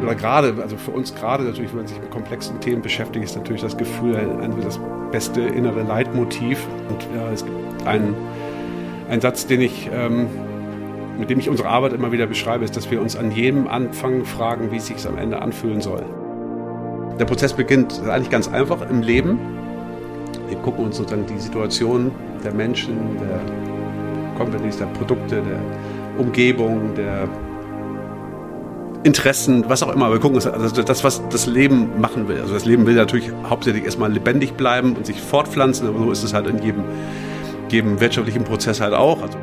oder gerade, also für uns gerade natürlich, wenn man sich mit komplexen Themen beschäftigt, ist natürlich das Gefühl einfach das beste innere Leitmotiv. Und ja, es gibt einen Satz, mit dem ich unsere Arbeit immer wieder beschreibe, ist, dass wir uns an jedem Anfang fragen, wie es sich am Ende anfühlen soll. Der Prozess beginnt eigentlich ganz einfach im Leben. Wir gucken uns sozusagen die Situation der Menschen, der Companies, der Produkte, der Umgebung, der Interessen, was auch immer. Wir gucken uns also das, was das Leben machen will. Also das Leben will natürlich hauptsächlich erstmal lebendig bleiben und sich fortpflanzen, aber so ist es halt in jedem wirtschaftlichen Prozess halt auch. Also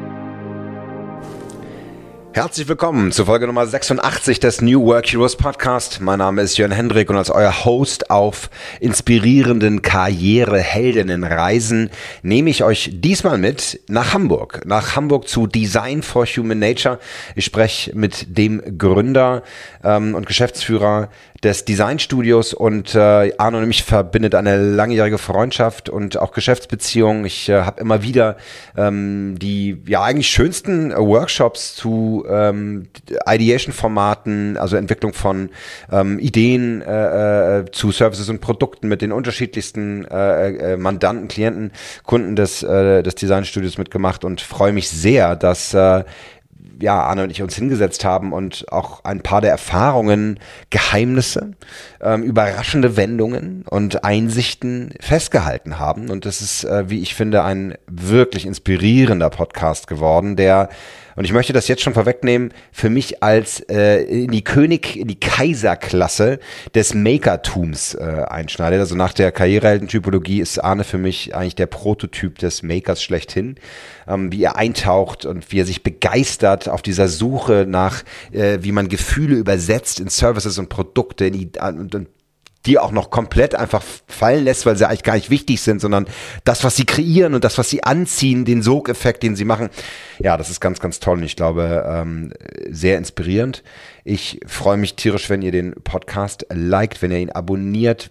Herzlich willkommen zur Folge Nummer 86 des New Work Heroes Podcast. Mein Name ist Jörn Hendrik und als euer Host auf inspirierenden Karriereheldinnenreisen nehme ich euch diesmal mit nach Hamburg zu Design for Human Nature. Ich spreche mit dem Gründer und Geschäftsführer des Designstudios und Arno und mich verbindet eine langjährige Freundschaft und auch Geschäftsbeziehungen. Ich habe immer wieder die eigentlich schönsten Workshops zu Ideation-Formaten, also Entwicklung von Ideen zu Services und Produkten mit den unterschiedlichsten Mandanten, Klienten, Kunden des Designstudios mitgemacht und freue mich sehr, dass Arne und ich uns hingesetzt haben und auch ein paar der Erfahrungen, Geheimnisse, überraschende Wendungen und Einsichten festgehalten haben. Und das ist, wie ich finde, ein wirklich inspirierender Podcast geworden, und ich möchte das jetzt schon vorwegnehmen, für mich als in die Kaiserklasse des Makertums einschneidet. Also nach der Karriereheldentypologie ist Arne für mich eigentlich der Prototyp des Makers schlechthin. Wie er eintaucht und wie er sich begeistert auf dieser Suche nach, wie man Gefühle übersetzt in Services und Produkte, und die auch noch komplett einfach fallen lässt, weil sie eigentlich gar nicht wichtig sind, sondern das, was sie kreieren und das, was sie anziehen, den Sogeffekt, den sie machen. Ja, das ist ganz, ganz toll und ich glaube, sehr inspirierend. Ich freue mich tierisch, wenn ihr den Podcast liked, wenn ihr ihn abonniert,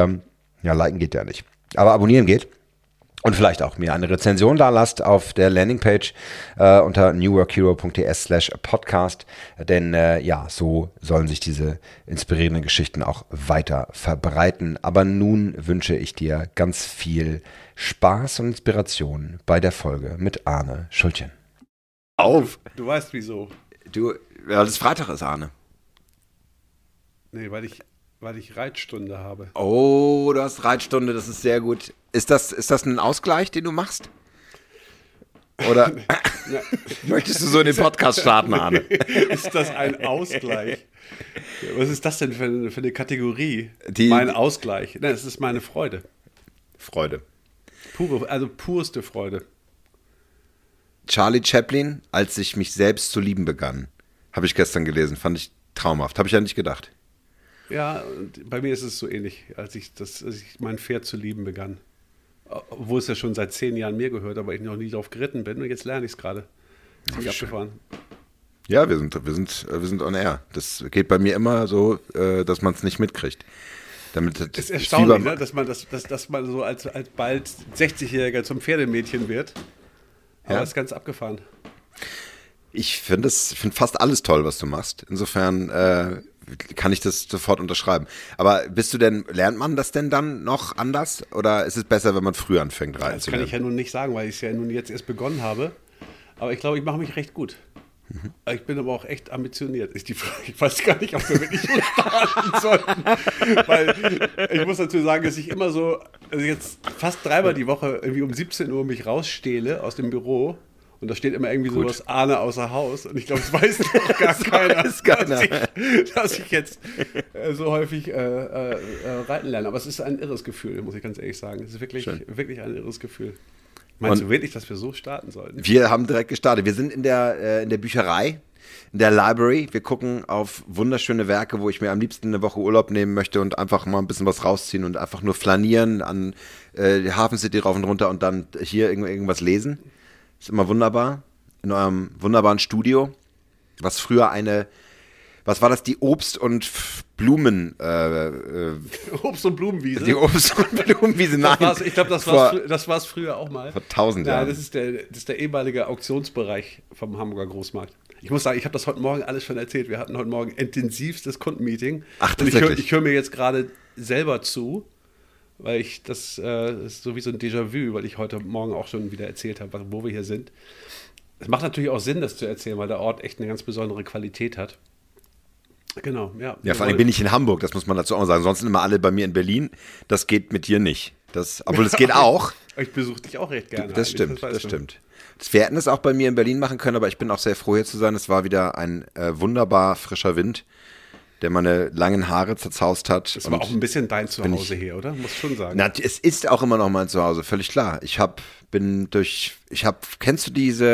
liken geht ja nicht, aber abonnieren geht. Und vielleicht auch mir eine Rezension da lasst auf der Landingpage unter newworkhero.de/podcast, denn so sollen sich diese inspirierenden Geschichten auch weiter verbreiten. Aber nun wünsche ich dir ganz viel Spaß und Inspiration bei der Folge mit Arne Schultjen. Auf! Du weißt wieso. Weil es Freitag ist, Arne. Nee, weil ich Reitstunde habe. Oh, du hast Reitstunde, das ist sehr gut. Ist das ein Ausgleich, den du machst? Oder möchtest du so in den Podcast starten, Arne? Ist das ein Ausgleich? Was ist das denn für eine Kategorie? Mein Ausgleich. Nein, es ist meine Freude. Freude. Purste Freude. Charlie Chaplin, als ich mich selbst zu lieben begann, habe ich gestern gelesen, fand ich traumhaft. Habe ich ja nicht gedacht. Ja, und bei mir ist es so ähnlich, als ich mein Pferd zu lieben begann. Obwohl es ja schon seit 10 Jahren mir gehört, aber ich noch nie drauf geritten bin und jetzt lerne ich es gerade. Ziemlich abgefahren. Ja, wir sind on air. Das geht bei mir immer so, dass man es nicht mitkriegt. Das ist erstaunlich, ne? dass man so als bald 60-Jähriger zum Pferdemädchen wird. Aber das ist ganz abgefahren. Ich finde fast alles toll, was du machst. Insofern kann ich das sofort unterschreiben. Aber lernt man das denn dann noch anders? Oder ist es besser, wenn man früh anfängt, reiten zu lernen? Das kann ich ja nun nicht sagen, weil ich es ja nun jetzt erst begonnen habe. Aber ich glaube, ich mache mich recht gut. Ich bin aber auch echt ambitioniert, ist die Frage. Ich weiß gar nicht, ob wir wirklich so starten sollten. Weil ich muss dazu sagen, dass ich immer so, jetzt fast 3-mal die Woche irgendwie um 17 Uhr mich rausstehle aus dem Büro. Und da steht immer irgendwie sowas, Arne außer Haus. Und ich glaube, das weiß noch gar keiner, dass ich jetzt so häufig reiten lerne. Aber es ist ein irres Gefühl, muss ich ganz ehrlich sagen. Es ist wirklich ein irres Gefühl. Meinst du wirklich, dass wir so starten sollten? Wir haben direkt gestartet. Wir sind in der Bücherei, in der Library. Wir gucken auf wunderschöne Werke, wo ich mir am liebsten eine Woche Urlaub nehmen möchte und einfach mal ein bisschen was rausziehen und einfach nur flanieren an die Hafen City rauf und runter und dann hier irgendwas lesen. Ist immer wunderbar. In eurem wunderbaren Studio. Was war das, die Obst- und Blumen... Obst- und Blumenwiese? Die Obst- und Blumenwiese, nein. Ich glaube, das war es früher auch mal. Vor 1000 Jahren. Das ist der ehemalige Auktionsbereich vom Hamburger Großmarkt. Ich muss sagen, ich habe das heute Morgen alles schon erzählt. Wir hatten heute Morgen intensivstes Kundenmeeting. Ach, und tatsächlich? ich höre mir jetzt gerade selber zu, weil ich das ist so wie so ein Déjà-vu, weil ich heute Morgen auch schon wieder erzählt habe, wo wir hier sind. Es macht natürlich auch Sinn, das zu erzählen, weil der Ort echt eine ganz besondere Qualität hat. Genau, ja. Ja, vor allem bin ich in Hamburg, das muss man dazu auch mal sagen. Sonst sind immer alle bei mir in Berlin. Das geht mit dir nicht. Obwohl, das geht auch. Ich besuche dich auch recht gerne. Das stimmt. Wir hätten es auch bei mir in Berlin machen können, aber ich bin auch sehr froh, hier zu sein. Es war wieder ein wunderbar frischer Wind, der meine langen Haare zerzaust hat. Das war auch ein bisschen dein Zuhause hier, oder? Muss schon sagen. Na, es ist auch immer noch mein Zuhause, völlig klar. Kennst du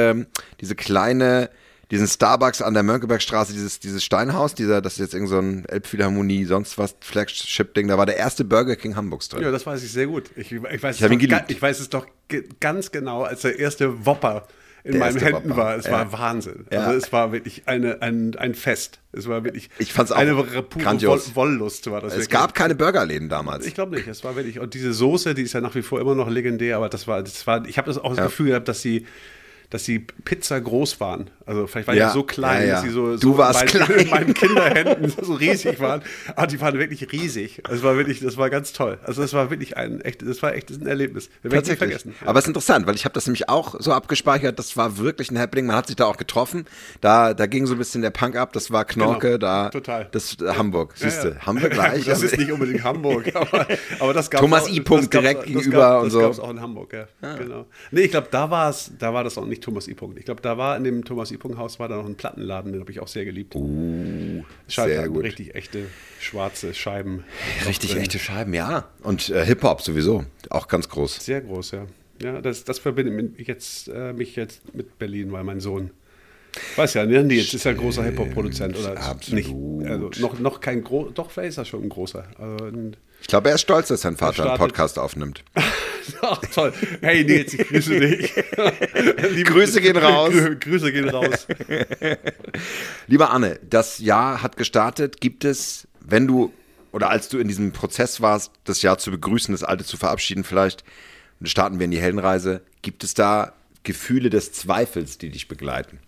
diesen Starbucks an der Mönckebergstraße, dieses Steinhaus, das ist jetzt irgend so ein Elbphilharmonie, sonst was, Flagship-Ding, da war der erste Burger King Hamburgs drin. Ja, das weiß ich sehr gut. Ich weiß es doch ganz genau, als der erste Whopper in meinen Händen war. Es war Wahnsinn. Ja. Also es war wirklich ein Fest. Es war wirklich eine pure Wollust. War das es gab keine Burgerläden damals. Ich glaube nicht. Es war wirklich, und diese Soße, die ist ja nach wie vor immer noch legendär, aber ich habe das auch das Gefühl gehabt, dass die Pizza groß waren. Also vielleicht war ich so klein, dass sie so klein. In meinen Kinderhänden so riesig waren. Aber die waren wirklich riesig. Das war ganz toll. Also das war wirklich ein Erlebnis. Das werde ich nicht vergessen. Ja. Aber es ist interessant, weil ich habe das nämlich auch so abgespeichert. Das war wirklich ein Happening. Man hat sich da auch getroffen. Da ging so ein bisschen der Punk ab. Das war Knorke. Genau, total. Das Hamburg. Siehst du, haben wir gleich. Das ist nicht unbedingt Hamburg. Aber das gab Thomas I. Punkt direkt gegenüber und so. Das gab es auch in Hamburg, ja. Genau. Nee, ich glaube, da war das auch nicht Thomas I. Ich glaube, da war in dem Thomas I. Haus war da noch ein Plattenladen, den habe ich auch sehr geliebt. Sehr gut. Richtig echte schwarze Scheiben. Richtig echte Scheiben, ja. Und Hip-Hop sowieso, auch ganz groß. Sehr groß, ja. Ja, das verbindet mich jetzt mit Berlin, weil mein Sohn, weiß ja, Nils ist ja ein großer Hip-Hop-Produzent. Oder absolut. Nicht, also noch kein großer, doch, vielleicht ist er schon ein großer. Also ich glaube, er ist stolz, dass sein Vater einen Podcast aufnimmt. Ach, toll. Hey Nils, ich grüße dich. Grüße gehen raus. Grüße gehen raus. Lieber Arne, das Jahr hat gestartet. Gibt es, als du in diesem Prozess warst, das Jahr zu begrüßen, das alte zu verabschieden vielleicht, und starten wir in die Heldenreise, gibt es da Gefühle des Zweifels, die dich begleiten?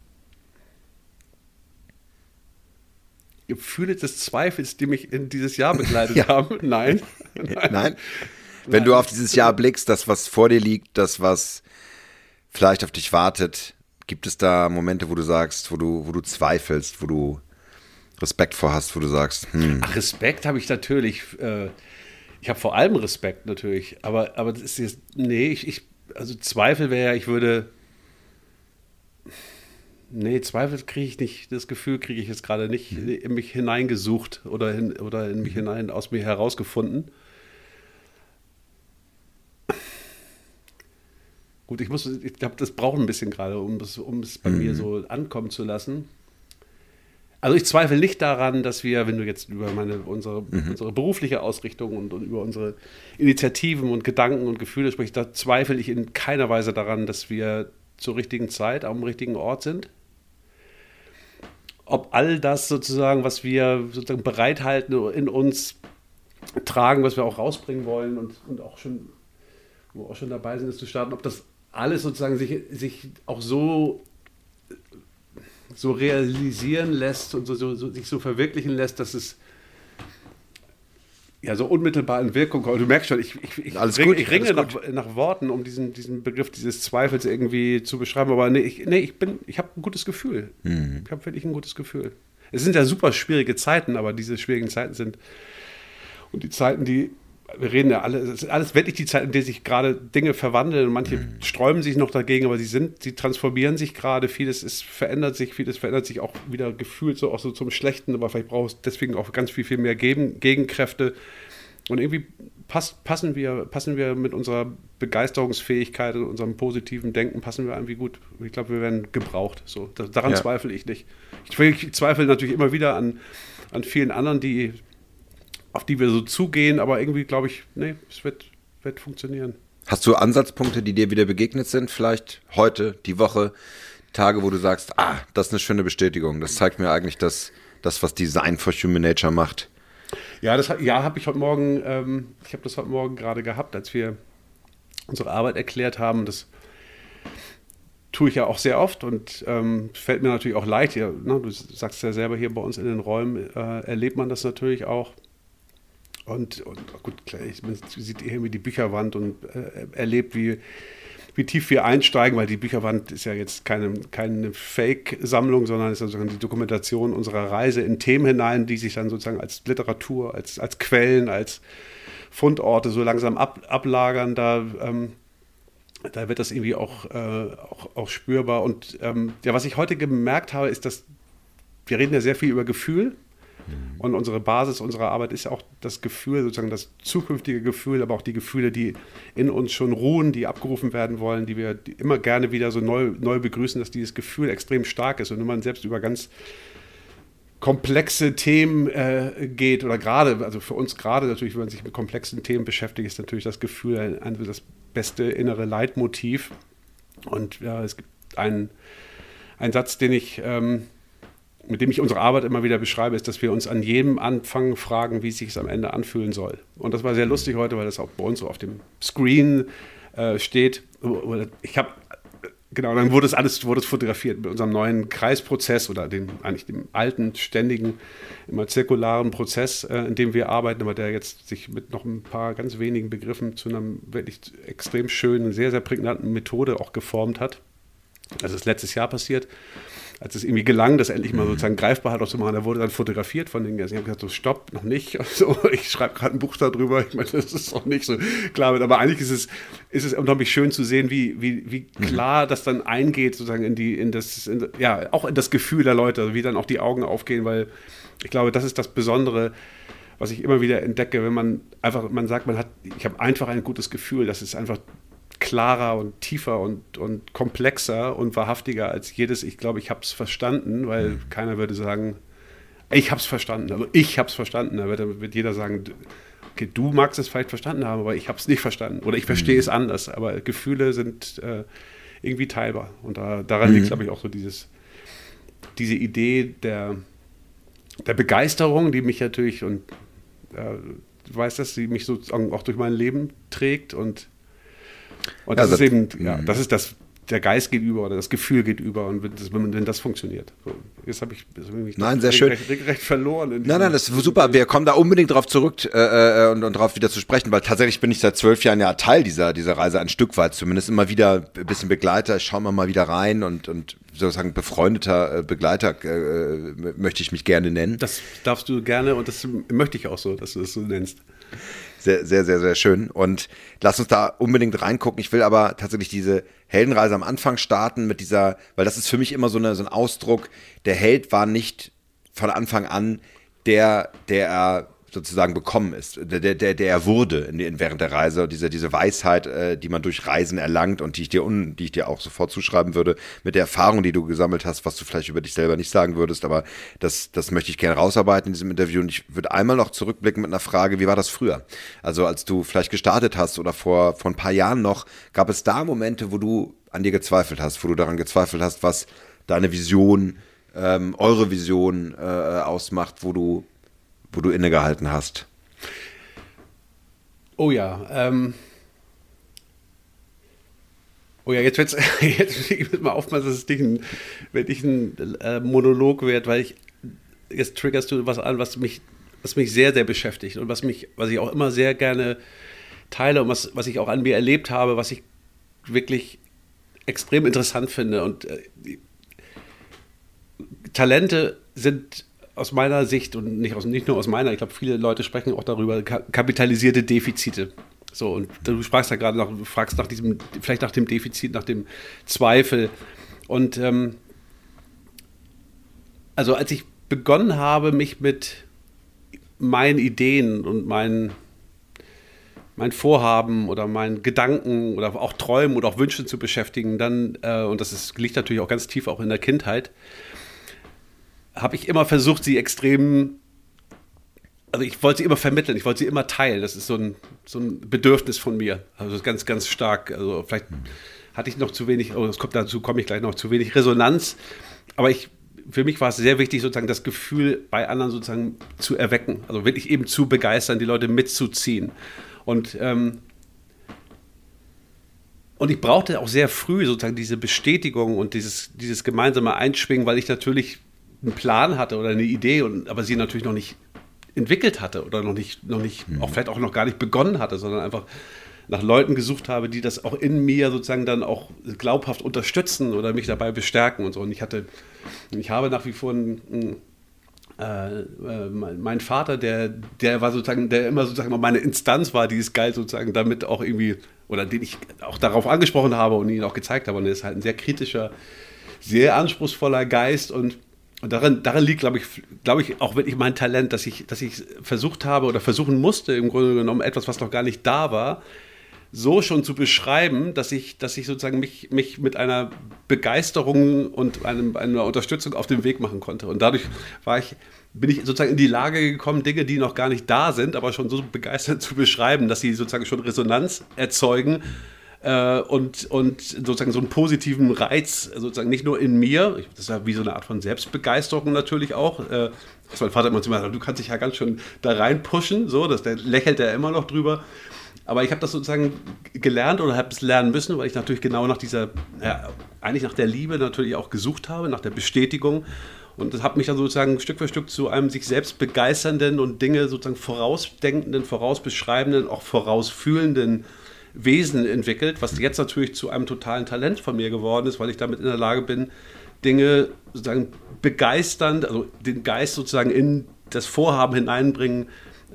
Gefühle des Zweifels, die mich in dieses Jahr begleitet haben? Nein. Nein? Wenn du auf dieses Jahr blickst, das, was vor dir liegt, das, was vielleicht auf dich wartet, gibt es da Momente, wo du sagst, wo du zweifelst, wo du Respekt vor hast, wo du sagst, Ach, Respekt habe ich natürlich. Ich habe vor allem Respekt natürlich. Aber das ist jetzt, also Zweifel wäre ja, Zweifel kriege ich nicht, das Gefühl kriege ich jetzt gerade nicht in mich hineingesucht oder in mich hinein, aus mir herausgefunden. Gut, ich glaube, das braucht ein bisschen gerade, um es bei mir so ankommen zu lassen. Also ich zweifle nicht daran, dass wir, wenn du jetzt über unsere berufliche Ausrichtung und über unsere Initiativen und Gedanken und Gefühle sprichst, da zweifle ich in keiner Weise daran, dass wir zur richtigen Zeit am richtigen Ort sind. Ob all das sozusagen, was wir sozusagen bereithalten, in uns tragen, was wir auch rausbringen wollen und auch schon, wo wir auch schon dabei sind, es zu starten, ob das alles sozusagen sich auch so realisieren lässt und sich so verwirklichen lässt, dass es ja so unmittelbar in Wirkung kommt. Du merkst schon, ich ringe nach Worten, um diesen Begriff dieses Zweifels irgendwie zu beschreiben, aber ich habe ein gutes Gefühl. Ich habe wirklich ein gutes Gefühl. Es sind ja super schwierige Zeiten, aber diese schwierigen Zeiten sind und die Zeiten, wir reden ja alle, es sind alles wirklich die Zeiten, in denen sich gerade Dinge verwandeln und manche sträuben sich noch dagegen, aber sie transformieren sich gerade, vieles verändert sich auch wieder gefühlt so auch so zum Schlechten, aber vielleicht braucht es deswegen auch ganz viel mehr Gegenkräfte und irgendwie passen wir mit unserer Begeisterungsfähigkeit und unserem positiven Denken, passen wir irgendwie gut. Ich glaube, wir werden gebraucht. So, daran zweifle ich nicht. Ich zweifle natürlich immer wieder an vielen anderen, auf die wir so zugehen, aber irgendwie glaube ich, es wird funktionieren. Hast du Ansatzpunkte, die dir wieder begegnet sind? Vielleicht heute, die Woche, Tage, wo du sagst, das ist eine schöne Bestätigung. Das zeigt mir eigentlich das was Design for Human Nature macht. Ja, habe ich heute Morgen, ich habe das heute Morgen gerade gehabt, als wir unsere Arbeit erklärt haben. tue ich ja auch sehr oft und fällt mir natürlich auch leicht. Ja, ne, du sagst ja selber, hier bei uns in den Räumen erlebt man das natürlich auch. Und gut, klar, man sieht irgendwie die Bücherwand und erlebt, wie tief wir einsteigen, weil die Bücherwand ist ja jetzt keine Fake-Sammlung, sondern ist ja sozusagen die Dokumentation unserer Reise in Themen hinein, die sich dann sozusagen als Literatur, als Quellen, als Fundorte so langsam ablagern. Da wird das irgendwie auch spürbar. Und ja, was ich heute gemerkt habe, ist, dass wir reden ja sehr viel über Gefühl. Und unsere Basis unserer Arbeit ist ja auch das Gefühl, sozusagen das zukünftige Gefühl, aber auch die Gefühle, die in uns schon ruhen, die abgerufen werden wollen, die wir immer gerne wieder so neu begrüßen, dass dieses Gefühl extrem stark ist. Und wenn man selbst über ganz komplexe Themen geht, oder gerade, also für uns gerade natürlich, wenn man sich mit komplexen Themen beschäftigt, ist natürlich das Gefühl das beste innere Leitmotiv. Und ja, es gibt einen Satz, mit dem ich unsere Arbeit immer wieder beschreibe, ist, dass wir uns an jedem Anfang fragen, wie es sich am Ende anfühlen soll. Und das war sehr lustig heute, weil das auch bei uns so auf dem Screen steht. Dann wurde es fotografiert mit unserem neuen Kreisprozess oder dem alten, ständigen, immer zirkularen Prozess, in dem wir arbeiten, aber der jetzt sich mit noch ein paar ganz wenigen Begriffen zu einer wirklich extrem schönen, sehr, sehr prägnanten Methode auch geformt hat. Das ist letztes Jahr passiert, als es irgendwie gelang, das endlich mal sozusagen greifbar hat auch zu machen. Da wurde dann fotografiert von den Gästen. Ich habe gesagt, so stopp, noch nicht. So, ich schreibe gerade ein Buch darüber. Ich meine, das ist auch nicht so klar. Aber eigentlich ist es unglaublich schön zu sehen, wie klar das dann eingeht, sozusagen auch in das Gefühl der Leute, wie dann auch die Augen aufgehen, weil ich glaube, das ist das Besondere, was ich immer wieder entdecke, wenn man sagt, ich habe einfach ein gutes Gefühl, das ist einfach klarer und tiefer und komplexer und wahrhaftiger als jedes, ich glaube, ich habe es verstanden, weil keiner würde sagen, ich habe es verstanden, also ich habe es verstanden. Da wird jeder sagen, okay, du magst es vielleicht verstanden haben, aber ich habe es nicht verstanden oder ich verstehe es anders. Aber Gefühle sind irgendwie teilbar und daran liegt, glaube ich, auch so diese Idee der Begeisterung, die mich natürlich und du weißt das, die mich sozusagen auch durch mein Leben trägt und das ist eben, das ist der Geist geht über oder das Gefühl geht über und wenn das funktioniert. So, jetzt habe ich mich sehr schön. Recht verloren. Nein, das ist super. Wir kommen da unbedingt drauf zurück und drauf wieder zu sprechen, weil tatsächlich bin ich seit 12 Jahren ja Teil dieser Reise ein Stück weit, zumindest immer wieder ein bisschen Begleiter. Ich schaue mal wieder rein und sozusagen befreundeter Begleiter möchte ich mich gerne nennen. Das darfst du gerne und das möchte ich auch so, dass du das so nennst. Sehr, sehr, sehr, sehr schön. Und lass uns da unbedingt reingucken. Ich will aber tatsächlich diese Heldenreise am Anfang starten mit weil das ist für mich immer so ein Ausdruck, der Held war nicht von Anfang an der er sozusagen bekommen ist, der er wurde während der Reise, diese Weisheit, die man durch Reisen erlangt und die ich dir auch sofort zuschreiben würde, mit der Erfahrung, die du gesammelt hast, was du vielleicht über dich selber nicht sagen würdest, aber das möchte ich gerne rausarbeiten in diesem Interview und ich würde einmal noch zurückblicken mit einer Frage, wie war das früher? Also als du vielleicht gestartet hast oder vor ein paar Jahren noch, gab es da Momente, wo du an dir gezweifelt hast, wo du daran gezweifelt hast, was deine Vision, eure Vision ausmacht, wo du innegehalten hast? Oh ja, jetzt muss mal aufpassen, dass es nicht ein Monolog wird, weil jetzt triggerst du was an, was mich sehr, sehr beschäftigt und was ich auch immer sehr gerne teile und was ich auch an mir erlebt habe, was ich wirklich extrem interessant finde. Und Talente sind aus meiner Sicht und nicht nur aus meiner, ich glaube, viele Leute sprechen auch darüber, kapitalisierte Defizite. So, und du fragst ja gerade fragst vielleicht nach dem Defizit, nach dem Zweifel. Und also als ich begonnen habe, mich mit meinen Ideen und mein Vorhaben oder meinen Gedanken oder auch Träumen oder auch Wünschen zu beschäftigen, dann, und liegt natürlich auch ganz tief auch in der Kindheit, habe ich immer versucht, sie extrem, also ich wollte sie immer vermitteln, ich wollte sie immer teilen. Das ist so ein Bedürfnis von mir, also ganz, ganz stark. Also vielleicht hatte ich noch zu wenig, dazu komme ich gleich noch, zu wenig Resonanz. Aber für mich war es sehr wichtig, sozusagen das Gefühl bei anderen sozusagen zu erwecken, also wirklich eben zu begeistern, die Leute mitzuziehen. Und Und ich brauchte auch sehr früh sozusagen diese Bestätigung und dieses gemeinsame Einschwingen, weil ich natürlich einen Plan hatte oder eine Idee, aber sie natürlich noch nicht entwickelt hatte oder noch nicht auch vielleicht auch noch gar nicht begonnen hatte, sondern einfach nach Leuten gesucht habe, die das auch in mir sozusagen dann auch glaubhaft unterstützen oder mich dabei bestärken und so. Und ich habe nach wie vor mein Vater, der war sozusagen, der immer sozusagen meine Instanz war, die es geil sozusagen damit auch irgendwie, oder den ich auch darauf angesprochen habe und ihn auch gezeigt habe. Und er ist halt ein sehr kritischer, sehr anspruchsvoller Geist und darin liegt, glaube ich, auch wirklich mein Talent, dass ich versucht habe oder versuchen musste, im Grunde genommen etwas, was noch gar nicht da war, so schon zu beschreiben, dass ich sozusagen mich mit einer Begeisterung und einer Unterstützung auf den Weg machen konnte. Und dadurch bin ich sozusagen in die Lage gekommen, Dinge, die noch gar nicht da sind, aber schon so begeistert zu beschreiben, dass sie sozusagen schon Resonanz erzeugen und sozusagen so einen positiven Reiz, sozusagen nicht nur in mir, das ist ja wie so eine Art von Selbstbegeisterung natürlich auch, was mein Vater immer zu mir sagt, du kannst dich ja ganz schön da reinpushen, so, der lächelt er immer noch drüber. Aber ich habe das sozusagen gelernt oder habe es lernen müssen, weil ich natürlich genau nach eigentlich nach der Liebe natürlich auch gesucht habe, nach der Bestätigung. Und das hat mich dann sozusagen Stück für Stück zu einem sich selbst begeisternden und Dinge sozusagen vorausdenkenden, vorausbeschreibenden, auch vorausfühlenden Wesen entwickelt, was jetzt natürlich zu einem totalen Talent von mir geworden ist, weil ich damit in der Lage bin, Dinge sozusagen begeisternd, also den Geist sozusagen in das Vorhaben hineinbringen,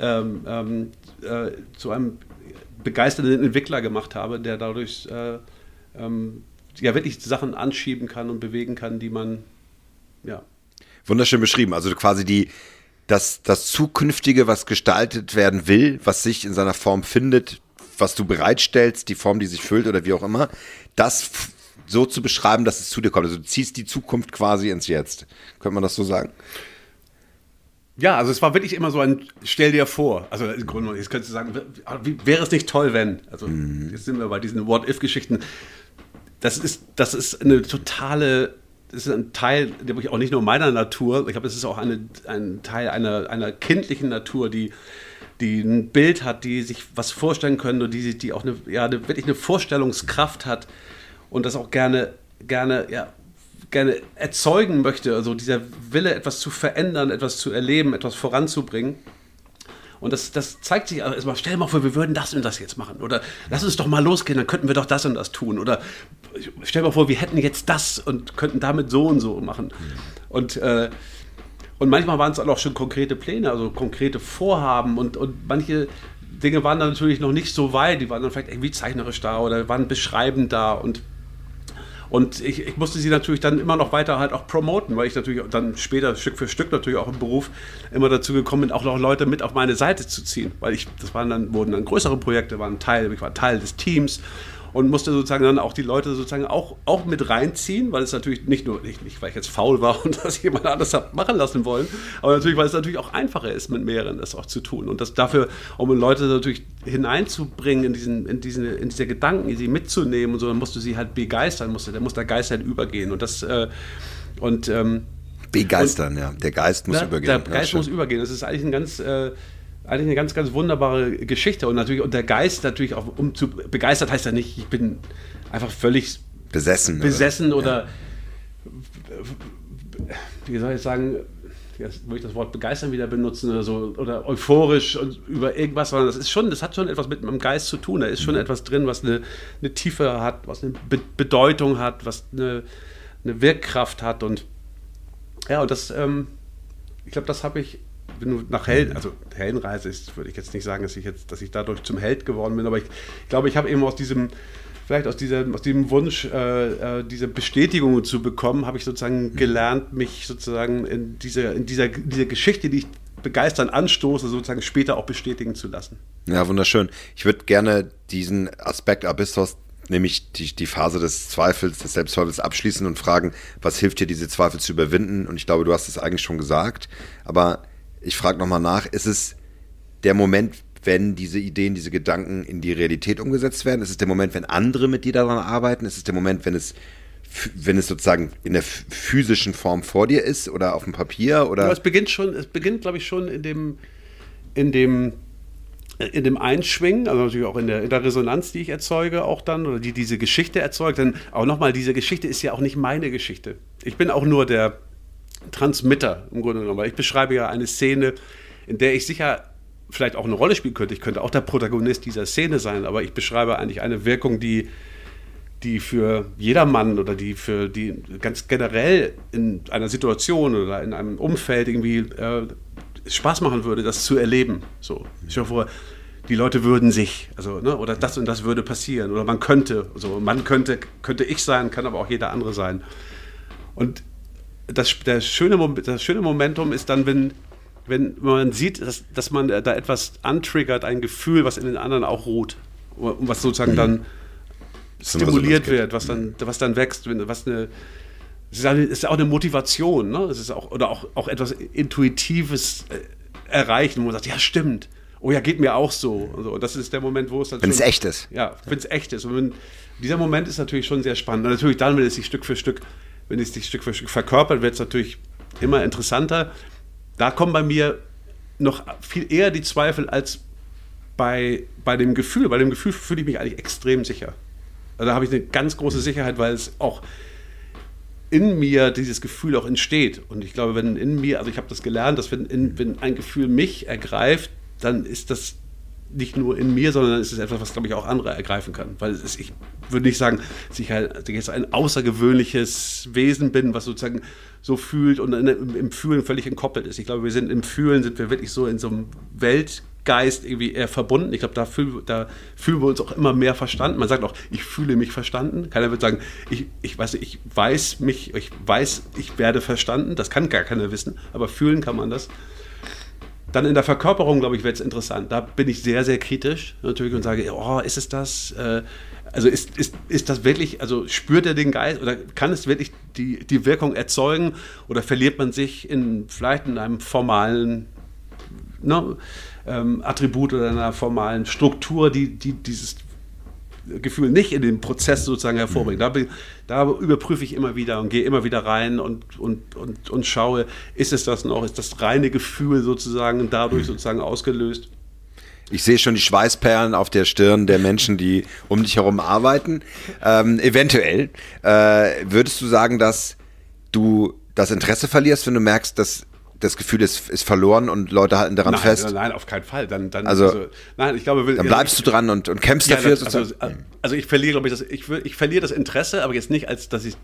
zu einem begeisternden Entwickler gemacht habe, der dadurch wirklich Sachen anschieben kann und bewegen kann, die man, ja. Wunderschön beschrieben, also quasi das Zukünftige, was gestaltet werden will, was sich in seiner Form findet, was du bereitstellst, die Form, die sich füllt oder wie auch immer, das so zu beschreiben, dass es zu dir kommt. Also du ziehst die Zukunft quasi ins Jetzt. Könnte man das so sagen? Ja, also es war wirklich immer so ein Stell dir vor. Also im Grunde, jetzt könntest du sagen, wäre es nicht toll, wenn? Also jetzt sind wir bei diesen What-If-Geschichten. Das ist eine totale, das ist ein Teil, der wirklich auch nicht nur meiner Natur, ich glaube, es ist auch ein Teil einer kindlichen Natur, die ein Bild hat, die sich was vorstellen können und die auch wirklich eine Vorstellungskraft hat und das auch gerne erzeugen möchte, also dieser Wille, etwas zu verändern, etwas zu erleben, etwas voranzubringen. Und das zeigt sich erstmal, stell dir mal vor, wir würden das und das jetzt machen. Oder lass uns doch mal losgehen, dann könnten wir doch das und das tun. Oder stell dir mal vor, wir hätten jetzt das und könnten damit so und so machen. Und manchmal waren es auch schon konkrete Pläne, also konkrete Vorhaben und manche Dinge waren dann natürlich noch nicht so weit, die waren dann vielleicht irgendwie zeichnerisch da oder waren beschreibend da und ich musste sie natürlich dann immer noch weiter halt auch promoten, weil ich natürlich dann später Stück für Stück natürlich auch im Beruf immer dazu gekommen bin, auch noch Leute mit auf meine Seite zu ziehen, weil wurden dann größere Projekte, ich war Teil des Teams und musste sozusagen dann auch die Leute sozusagen auch mit reinziehen, weil es natürlich nicht, weil ich jetzt faul war und das jemand anderes hat machen lassen wollen, aber natürlich, weil es natürlich auch einfacher ist, mit mehreren das auch zu tun und das dafür, um Leute natürlich hineinzubringen in diese Gedanken, sie mitzunehmen und so, dann musst du sie halt begeistern, da muss der Geist halt übergehen und das begeistern, ja, der Geist muss übergehen. Der Geist muss übergehen, das ist eigentlich eine ganz, ganz wunderbare Geschichte und der Geist natürlich auch, begeistert heißt ja nicht, ich bin einfach völlig besessen oder wie soll ich sagen, jetzt würde ich das Wort begeistern wieder benutzen oder so, oder euphorisch und über irgendwas, sondern das hat schon etwas mit meinem Geist zu tun, da ist schon etwas drin, was eine Tiefe hat, was eine Bedeutung hat, was eine Wirkkraft hat und ja, und das, ich glaube, das habe ich, wenn du nach Heldenreise ist, würde ich jetzt nicht sagen, dass ich dadurch zum Held geworden bin, aber ich glaube, ich habe eben aus diesem Wunsch, diese Bestätigung zu bekommen, habe ich sozusagen gelernt, mich sozusagen in dieser Geschichte, die ich begeistern anstoße, sozusagen später auch bestätigen zu lassen. Ja, wunderschön. Ich würde gerne diesen Aspekt Abyssos, nämlich die Phase des Zweifels, des Selbstzweifels abschließen und fragen, was hilft dir, diese Zweifel zu überwinden? Und ich glaube, du hast es eigentlich schon gesagt, aber ich frage nochmal nach, ist es der Moment, wenn diese Ideen, diese Gedanken in die Realität umgesetzt werden? Ist es der Moment, wenn andere mit dir daran arbeiten? Ist es der Moment, wenn es sozusagen in der physischen Form vor dir ist oder auf dem Papier? Oder? Ja, es beginnt, glaube ich, schon in dem in dem Einschwingen, also natürlich auch in der Resonanz, die ich erzeuge, auch dann, oder die diese Geschichte erzeugt, denn auch nochmal, diese Geschichte ist ja auch nicht meine Geschichte. Ich bin auch nur der Transmitter im Grunde genommen, weil ich beschreibe ja eine Szene, in der ich sicher vielleicht auch eine Rolle spielen könnte. Ich könnte auch der Protagonist dieser Szene sein, aber ich beschreibe eigentlich eine Wirkung, die für jedermann oder die ganz generell in einer Situation oder in einem Umfeld irgendwie Spaß machen würde, das zu erleben. So, ich stelle mir vor, die Leute würden sich, also, ne, oder das und das würde passieren, oder man könnte ich sein, kann aber auch jeder andere sein. Und das schöne Momentum ist dann, wenn man sieht, dass man da etwas antriggert, ein Gefühl, was in den anderen auch ruht, und was sozusagen dann stimuliert wird, was dann wächst, es ist auch eine Motivation, ne? Es ist auch etwas Intuitives erreichen, wo man sagt, ja, stimmt. Oh ja, geht mir auch so. Und das ist der Moment, wo es dann wenn es echt ist. Ja, wenn es echt ist. Und dieser Moment ist natürlich schon sehr spannend. Und natürlich dann, wenn es sich Stück für Stück verkörpert, wird es natürlich immer interessanter. Da kommen bei mir noch viel eher die Zweifel als bei dem Gefühl. Bei dem Gefühl fühle ich mich eigentlich extrem sicher. Also da habe ich eine ganz große Sicherheit, weil es auch in mir dieses Gefühl auch entsteht. Und ich glaube, wenn in mir, also ich habe das gelernt, dass wenn ein Gefühl mich ergreift, dann ist das nicht nur in mir, sondern ist es etwas, was, glaube ich, auch andere ergreifen kann. Weil ich würde nicht sagen, dass ich halt jetzt ein außergewöhnliches Wesen bin, was sozusagen so fühlt und im Fühlen völlig entkoppelt ist. Ich glaube, im Fühlen sind wir wirklich so in so einem Weltgeist irgendwie eher verbunden. Ich glaube, da fühlen wir uns auch immer mehr verstanden. Man sagt auch, ich fühle mich verstanden. Keiner wird sagen, ich weiß, ich werde verstanden. Das kann gar keiner wissen, aber fühlen kann man das. Dann in der Verkörperung, glaube ich, wird es interessant. Da bin ich sehr, sehr kritisch natürlich und sage, oh, ist es das? Also ist das wirklich, also spürt er den Geist oder kann es wirklich die Wirkung erzeugen oder verliert man sich vielleicht in einem formalen Attribut oder einer formalen Struktur, die dieses Gefühl nicht in den Prozess sozusagen hervorbringt. Da überprüfe ich immer wieder und gehe immer wieder rein und schaue, ist es das noch, ist das reine Gefühl sozusagen dadurch sozusagen ausgelöst. Ich sehe schon die Schweißperlen auf der Stirn der Menschen, die um dich herum arbeiten. Eventuell würdest du sagen, dass du das Interesse verlierst, wenn du merkst, dass das Gefühl ist verloren und Leute halten daran fest? Nein, auf keinen Fall. Dann ich glaube, dann bleibst du dran und kämpfst dafür. Also ich verliere, glaube ich, verliere das Interesse, aber jetzt nicht als, dass ich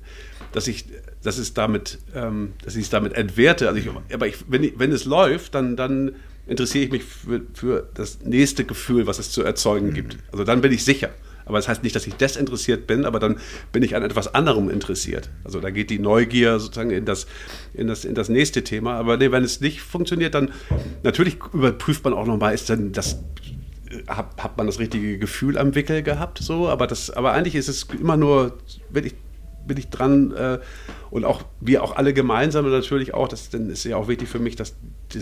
es damit entwerte. Also wenn es läuft, dann interessiere ich mich für das nächste Gefühl, was es zu erzeugen gibt. Also dann bin ich sicher. Aber das heißt nicht, dass ich desinteressiert bin, aber dann bin ich an etwas anderem interessiert. Also da geht die Neugier sozusagen in das nächste Thema. Aber nee, wenn es nicht funktioniert, dann natürlich überprüft man auch nochmal, hat man das richtige Gefühl am Wickel gehabt, so, aber eigentlich ist es immer nur, bin ich dran und auch wir auch alle gemeinsam natürlich auch, dann ist ja auch wichtig für mich, dass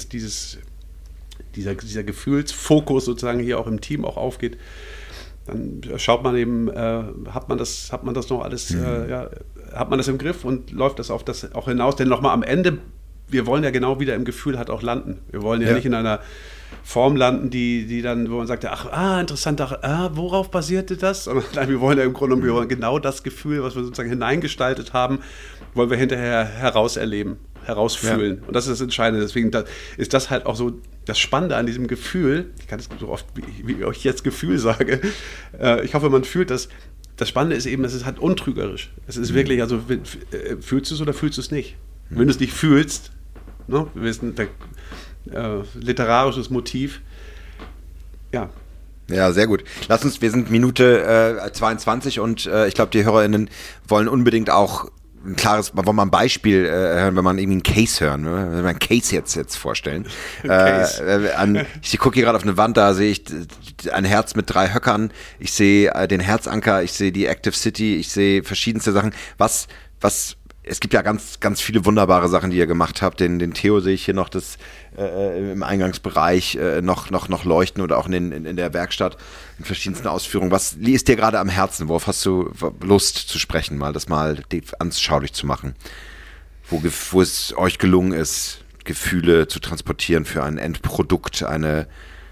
dieser Gefühlsfokus sozusagen hier auch im Team auch aufgeht. Dann schaut man eben, hat man das noch alles, hat man das im Griff und läuft das auf das auch hinaus. Denn nochmal am Ende, wir wollen ja genau wieder im Gefühl halt auch landen. Wir wollen ja nicht in einer Form landen, die dann, wo man sagt, interessant, worauf basierte das? Sondern nein, wir wollen ja im Grunde genommen, wir wollen genau das Gefühl, was wir sozusagen hineingestaltet haben, wollen wir hinterher herausfühlen. Ja. Und das ist das Entscheidende. Deswegen ist das halt auch so das Spannende an diesem Gefühl. Ich kann es so oft, wie ich jetzt Gefühl sage. Ich hoffe, man fühlt das. Das Spannende ist eben, es ist halt untrügerisch. Es ist wirklich, also fühlst du es oder fühlst du es nicht? Wenn du es nicht fühlst, ne, wir wissen, literarisches Motiv, ja. Ja, sehr gut. Wir sind Minute 22 und ich glaube, die HörerInnen wollen unbedingt auch wollen wir ein Beispiel hören, wenn man irgendwie einen Case hören, ne? Wenn wir einen Case jetzt vorstellen. Ich gucke hier gerade auf eine Wand, da sehe ich ein Herz mit 3 Höckern, ich sehe den Herzanker, ich sehe die Active City, ich sehe verschiedenste Sachen. Es gibt ja ganz, ganz viele wunderbare Sachen, die ihr gemacht habt. Den Theo sehe ich hier noch im Eingangsbereich noch leuchten oder auch in der Werkstatt in verschiedensten Ausführungen. Was liegt dir gerade am Herzen? Worauf hast du Lust zu sprechen, das mal anschaulich zu machen? Wo es euch gelungen ist, Gefühle zu transportieren für ein Endprodukt,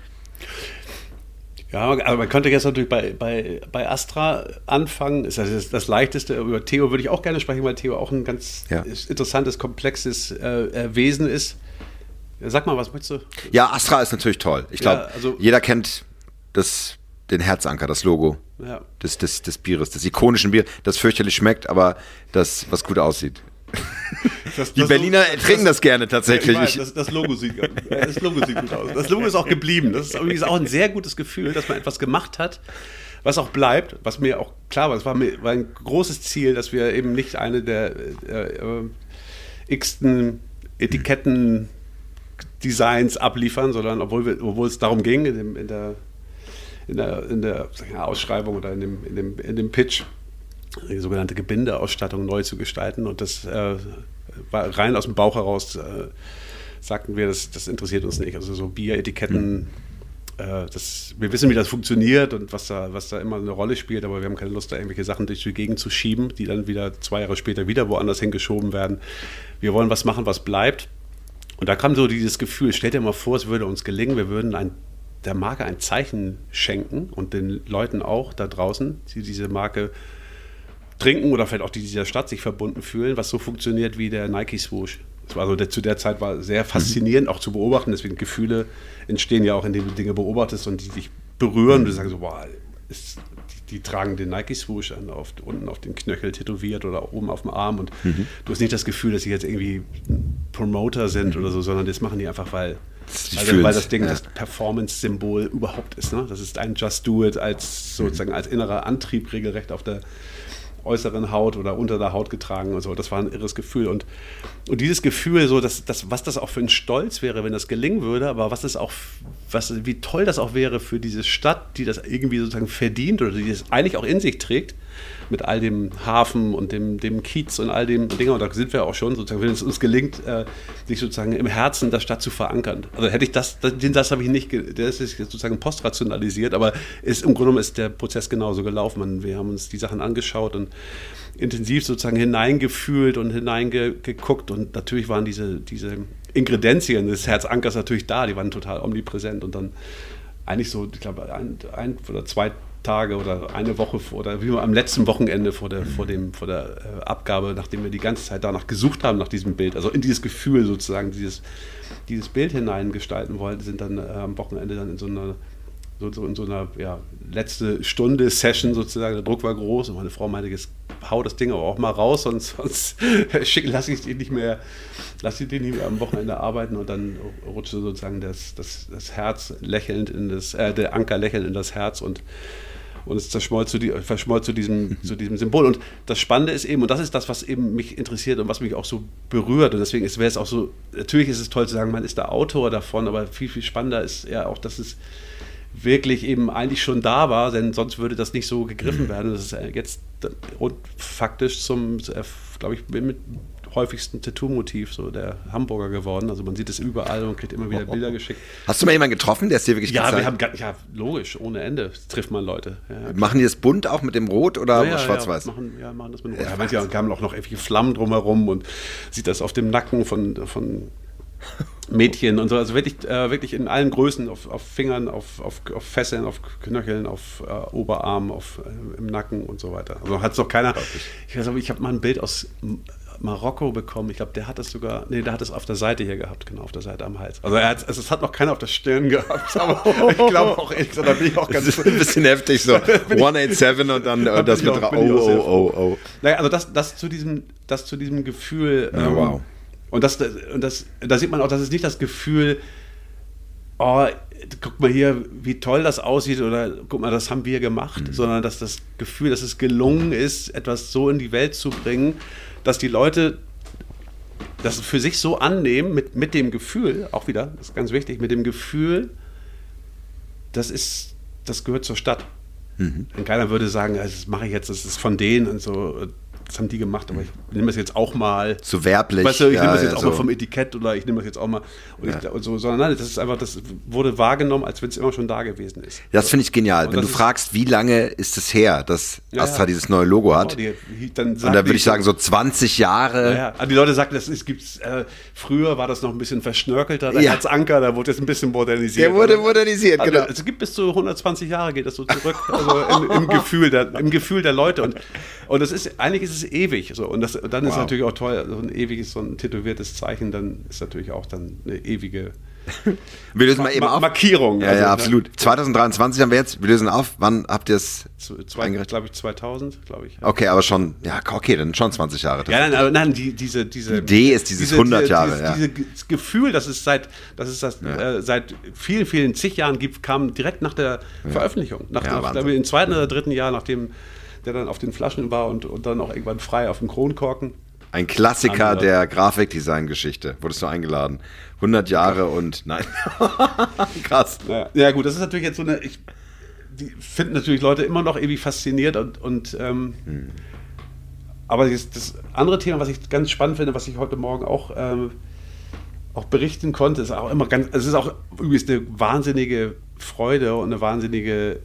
Ja, aber man könnte jetzt natürlich bei Astra anfangen. Das ist das Leichteste. Über Theo würde ich auch gerne sprechen, weil Theo auch ein ganz interessantes, komplexes Wesen ist. Sag mal, was möchtest du? Ja, Astra ist natürlich toll. Ich glaube, jeder kennt den Herzanker, das Logo des Bieres, des ikonischen Bier, das fürchterlich schmeckt, aber das, was gut aussieht. Die Berliner trinken das gerne tatsächlich. Ja, das Logo sieht gut aus. Das Logo ist auch geblieben. Das ist übrigens auch ein sehr gutes Gefühl, dass man etwas gemacht hat, was auch bleibt, was mir auch klar war. Es war ein großes Ziel, dass wir eben nicht eine der x-ten Etiketten-Designs abliefern, sondern obwohl es darum ging, in der Ausschreibung oder in dem Pitch, die sogenannte Gebindeausstattung neu zu gestalten. Und das war rein aus dem Bauch heraus, sagten wir, das interessiert uns nicht. Also so Bieretiketten, wir wissen, wie das funktioniert und was da immer eine Rolle spielt, aber wir haben keine Lust, da irgendwelche Sachen durch die Gegend zu schieben, die dann wieder 2 Jahre später wieder woanders hingeschoben werden. Wir wollen was machen, was bleibt. Und da kam so dieses Gefühl, stell dir mal vor, es würde uns gelingen, wir würden der Marke ein Zeichen schenken und den Leuten auch da draußen, die diese Marke trinken oder vielleicht auch die dieser Stadt sich verbunden fühlen, was so funktioniert wie der Nike Swoosh. Das war so, zu der Zeit war sehr faszinierend auch zu beobachten, deswegen Gefühle entstehen ja auch, indem du Dinge beobachtest und die dich berühren und du sagst so, boah, die tragen den Nike Swoosh unten auf den Knöchel tätowiert oder oben auf dem Arm und du hast nicht das Gefühl, dass sie jetzt irgendwie Promoter sind oder so, sondern das machen die einfach, weil das Ding das Performance-Symbol überhaupt ist. Ne? Das ist ein Just Do It als sozusagen als innerer Antrieb regelrecht auf der äußeren Haut oder unter der Haut getragen und so. Das war ein irres Gefühl. Und dieses Gefühl, so, was das auch für ein Stolz wäre, wenn das gelingen würde, aber wie toll das auch wäre für diese Stadt, die das irgendwie sozusagen verdient oder die das eigentlich auch in sich trägt, mit all dem Hafen und dem Kiez und all dem Dingen. Und da sind wir auch schon, sozusagen, wenn es uns gelingt, sich sozusagen im Herzen der Stadt zu verankern. Also hätte ich den Satz habe ich nicht, der ist jetzt sozusagen postrationalisiert, aber im Grunde genommen ist der Prozess genauso gelaufen. Wir haben uns die Sachen angeschaut und intensiv sozusagen hineingefühlt und hineingeguckt und natürlich waren diese Ingredienzien des Herzankers natürlich da, die waren total omnipräsent und dann eigentlich so, ich glaube, ein oder 2 Tage oder eine Woche oder wie am letzten Wochenende vor der Abgabe, nachdem wir die ganze Zeit danach gesucht haben, nach diesem Bild, also in dieses Gefühl sozusagen, dieses Bild hineingestalten wollten, sind dann am Wochenende dann in so einer letzte Stunde Session sozusagen, der Druck war groß und meine Frau meinte, jetzt hau das Ding aber auch mal raus, sonst lasse ich den nicht mehr am Wochenende arbeiten und dann rutschte sozusagen das Herz lächelnd der Anker lächelnd in das Herz und es verschmolz zu diesem Symbol. Und das Spannende ist eben, und das ist das, was eben mich interessiert und was mich auch so berührt. Und deswegen wäre es auch so, natürlich ist es toll zu sagen, man ist der Autor davon, aber viel, viel spannender ist ja auch, dass es wirklich eben eigentlich schon da war, denn sonst würde das nicht so gegriffen werden. Das ist jetzt faktisch zum, glaube ich, mit häufigsten Tattoo-Motiv so der Hamburger geworden. Also man sieht es überall und kriegt immer wieder Bilder geschickt. Hast du mal jemanden getroffen, der es dir wirklich gezeigt hat? Ja, logisch, ohne Ende trifft man Leute. Ja, machen die das bunt auch mit dem Rot oder schwarz-weiß? Machen das mit dem Rot. Ja, haben auch noch irgendwelche Flammen drumherum und sieht das auf dem Nacken von Mädchen und so, also wirklich in allen Größen, auf Fingern, auf Fesseln, auf Knöcheln, auf Oberarm, im Nacken und so weiter. Also hat es noch keiner. Ich weiß aber, ich habe mal ein Bild aus Marokko bekommen. Ich glaube, der hat es auf der Seite hier gehabt, genau, auf der Seite am Hals. Also es hat noch keiner auf der Stirn gehabt, aber ich glaube auch, ehrlich gesagt, da bin ich auch ganz... Das ist ein bisschen heftig, so 187 und dann das mit oh. Naja, also das zu diesem Gefühl... wow. Und da sieht man auch, das ist nicht das Gefühl, oh, guck mal hier, wie toll das aussieht oder guck mal, das haben wir gemacht, sondern dass das Gefühl, dass es gelungen ist, etwas so in die Welt zu bringen, dass die Leute das für sich so annehmen, mit dem Gefühl, auch wieder, das ist ganz wichtig, mit dem Gefühl, das gehört zur Stadt. Und keiner würde sagen, das mache ich jetzt, das ist von denen und so. das haben die gemacht, aber ich nehme das jetzt auch mal. So werblich. Weißt du, ich nehme das jetzt auch mal vom Etikett oder ich nehme das jetzt auch mal und so, sondern nein, das ist einfach, das wurde wahrgenommen, als wenn es immer schon da gewesen ist. Das finde ich genial. Wenn du fragst, wie lange ist es her, dass Astra dieses neue Logo hat? Und da würde ich sagen, so 20 Jahre. Ja. Die Leute sagen, früher war das noch ein bisschen verschnörkelter, der Herzanker, da wurde jetzt ein bisschen modernisiert. Der wurde modernisiert, also, genau. Es gibt bis zu 120 Jahre, geht das so zurück, also im Gefühl der Leute. Und das ist, eigentlich ist es ewig. So. Und dann ist natürlich auch toll, so ein ewiges, so ein tätowiertes Zeichen, dann ist natürlich auch dann eine ewige wir lösen mal eben auf. Markierung. Ja, ja, absolut. 2023 haben wir jetzt, wir lösen auf. Wann habt ihr es eingerichtet? Glaube ich 2000, glaube ich. Okay, aber schon, ja, okay, dann schon 20 Jahre. Ja, nein, diese Idee ist dieses 100 Jahre. Dieses Gefühl, dass es seit vielen, vielen zig Jahren gibt, kam direkt nach der Veröffentlichung. Im zweiten oder dritten Jahr, nachdem der dann auf den Flaschen war und dann auch irgendwann frei auf dem Kronkorken. Ein Klassiker der Grafikdesign-Geschichte. Wurdest du eingeladen. 100 Jahre und nein. Krass. Ja, gut, das ist natürlich jetzt so eine. Die finden natürlich Leute immer noch irgendwie fasziniert aber das andere Thema, was ich ganz spannend finde, was ich heute Morgen auch berichten konnte, ist auch immer es ist auch übrigens eine wahnsinnige Freude und eine wahnsinnige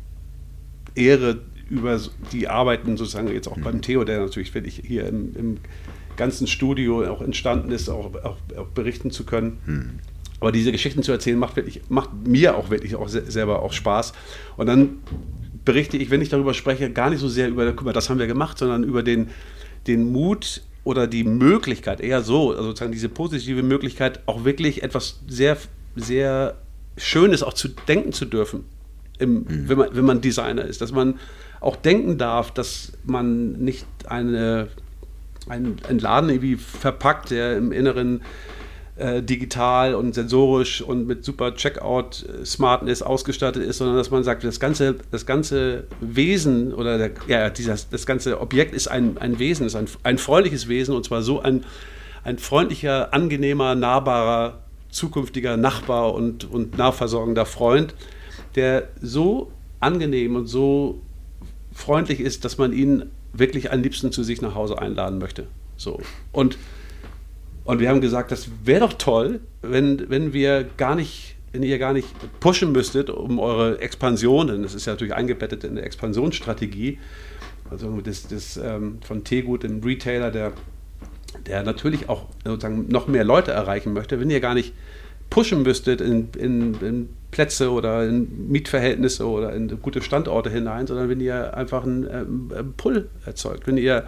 Ehre über die Arbeiten sozusagen jetzt auch beim Theo, der natürlich wirklich hier im ganzen Studio auch entstanden ist, auch berichten zu können. Aber diese Geschichten zu erzählen, macht mir auch wirklich auch selber auch Spaß. Und dann berichte ich, wenn ich darüber spreche, gar nicht so sehr über, guck mal, das haben wir gemacht, sondern über den Mut oder die Möglichkeit, eher so, also sozusagen diese positive Möglichkeit, auch wirklich etwas sehr, sehr Schönes auch zu denken zu dürfen, wenn man Designer ist, dass man auch denken darf, dass man nicht einen Laden irgendwie verpackt, der im Inneren digital und sensorisch und mit super Checkout-Smartness ausgestattet ist, sondern dass man sagt, das ganze Wesen oder das ganze Objekt ist ein Wesen, ist ein freundliches Wesen, und zwar so ein freundlicher, angenehmer, nahbarer, zukünftiger Nachbar und nahversorgender Freund, der so angenehm und so freundlich ist, dass man ihn wirklich am liebsten zu sich nach Hause einladen möchte. So. Und wir haben gesagt, das wäre doch toll, wenn ihr gar nicht pushen müsstet, um eure Expansion, denn das ist ja natürlich eingebettet in der Expansionsstrategie, also das von Tegut, dem Retailer, der natürlich auch sozusagen noch mehr Leute erreichen möchte, wenn ihr gar nicht pushen müsstet in Plätze oder in Mietverhältnisse oder in gute Standorte hinein, sondern wenn ihr einfach einen Pull erzeugt, wenn ihr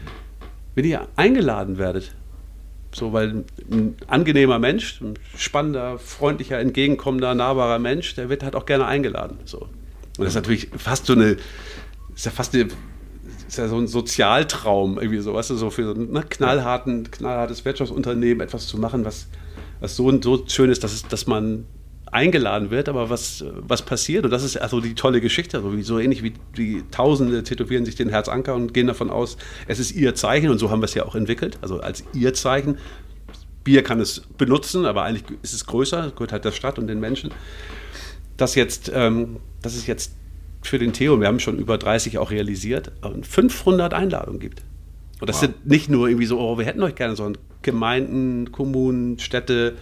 eingeladen werdet. So, weil ein angenehmer Mensch, ein spannender, freundlicher, entgegenkommender, nahbarer Mensch, der wird halt auch gerne eingeladen. So. Und das ist natürlich fast so ist ja so ein Sozialtraum, irgendwie so, weißt du, so für so ein knallhartes Wirtschaftsunternehmen etwas zu machen, was so schön ist, dass man eingeladen wird, aber was passiert, und das ist also die tolle Geschichte, also so ähnlich wie Tausende tätowieren sich den Herzanker und gehen davon aus, es ist ihr Zeichen, und so haben wir es ja auch entwickelt, also als ihr Zeichen. Bier kann es benutzen, aber eigentlich ist es größer, gehört halt der Stadt und den Menschen. Dass es jetzt für den Theo, wir haben schon über 30 auch realisiert, 500 Einladungen gibt. Und das sind nicht nur irgendwie so, wir hätten euch gerne, sondern Gemeinden, Kommunen, Städte,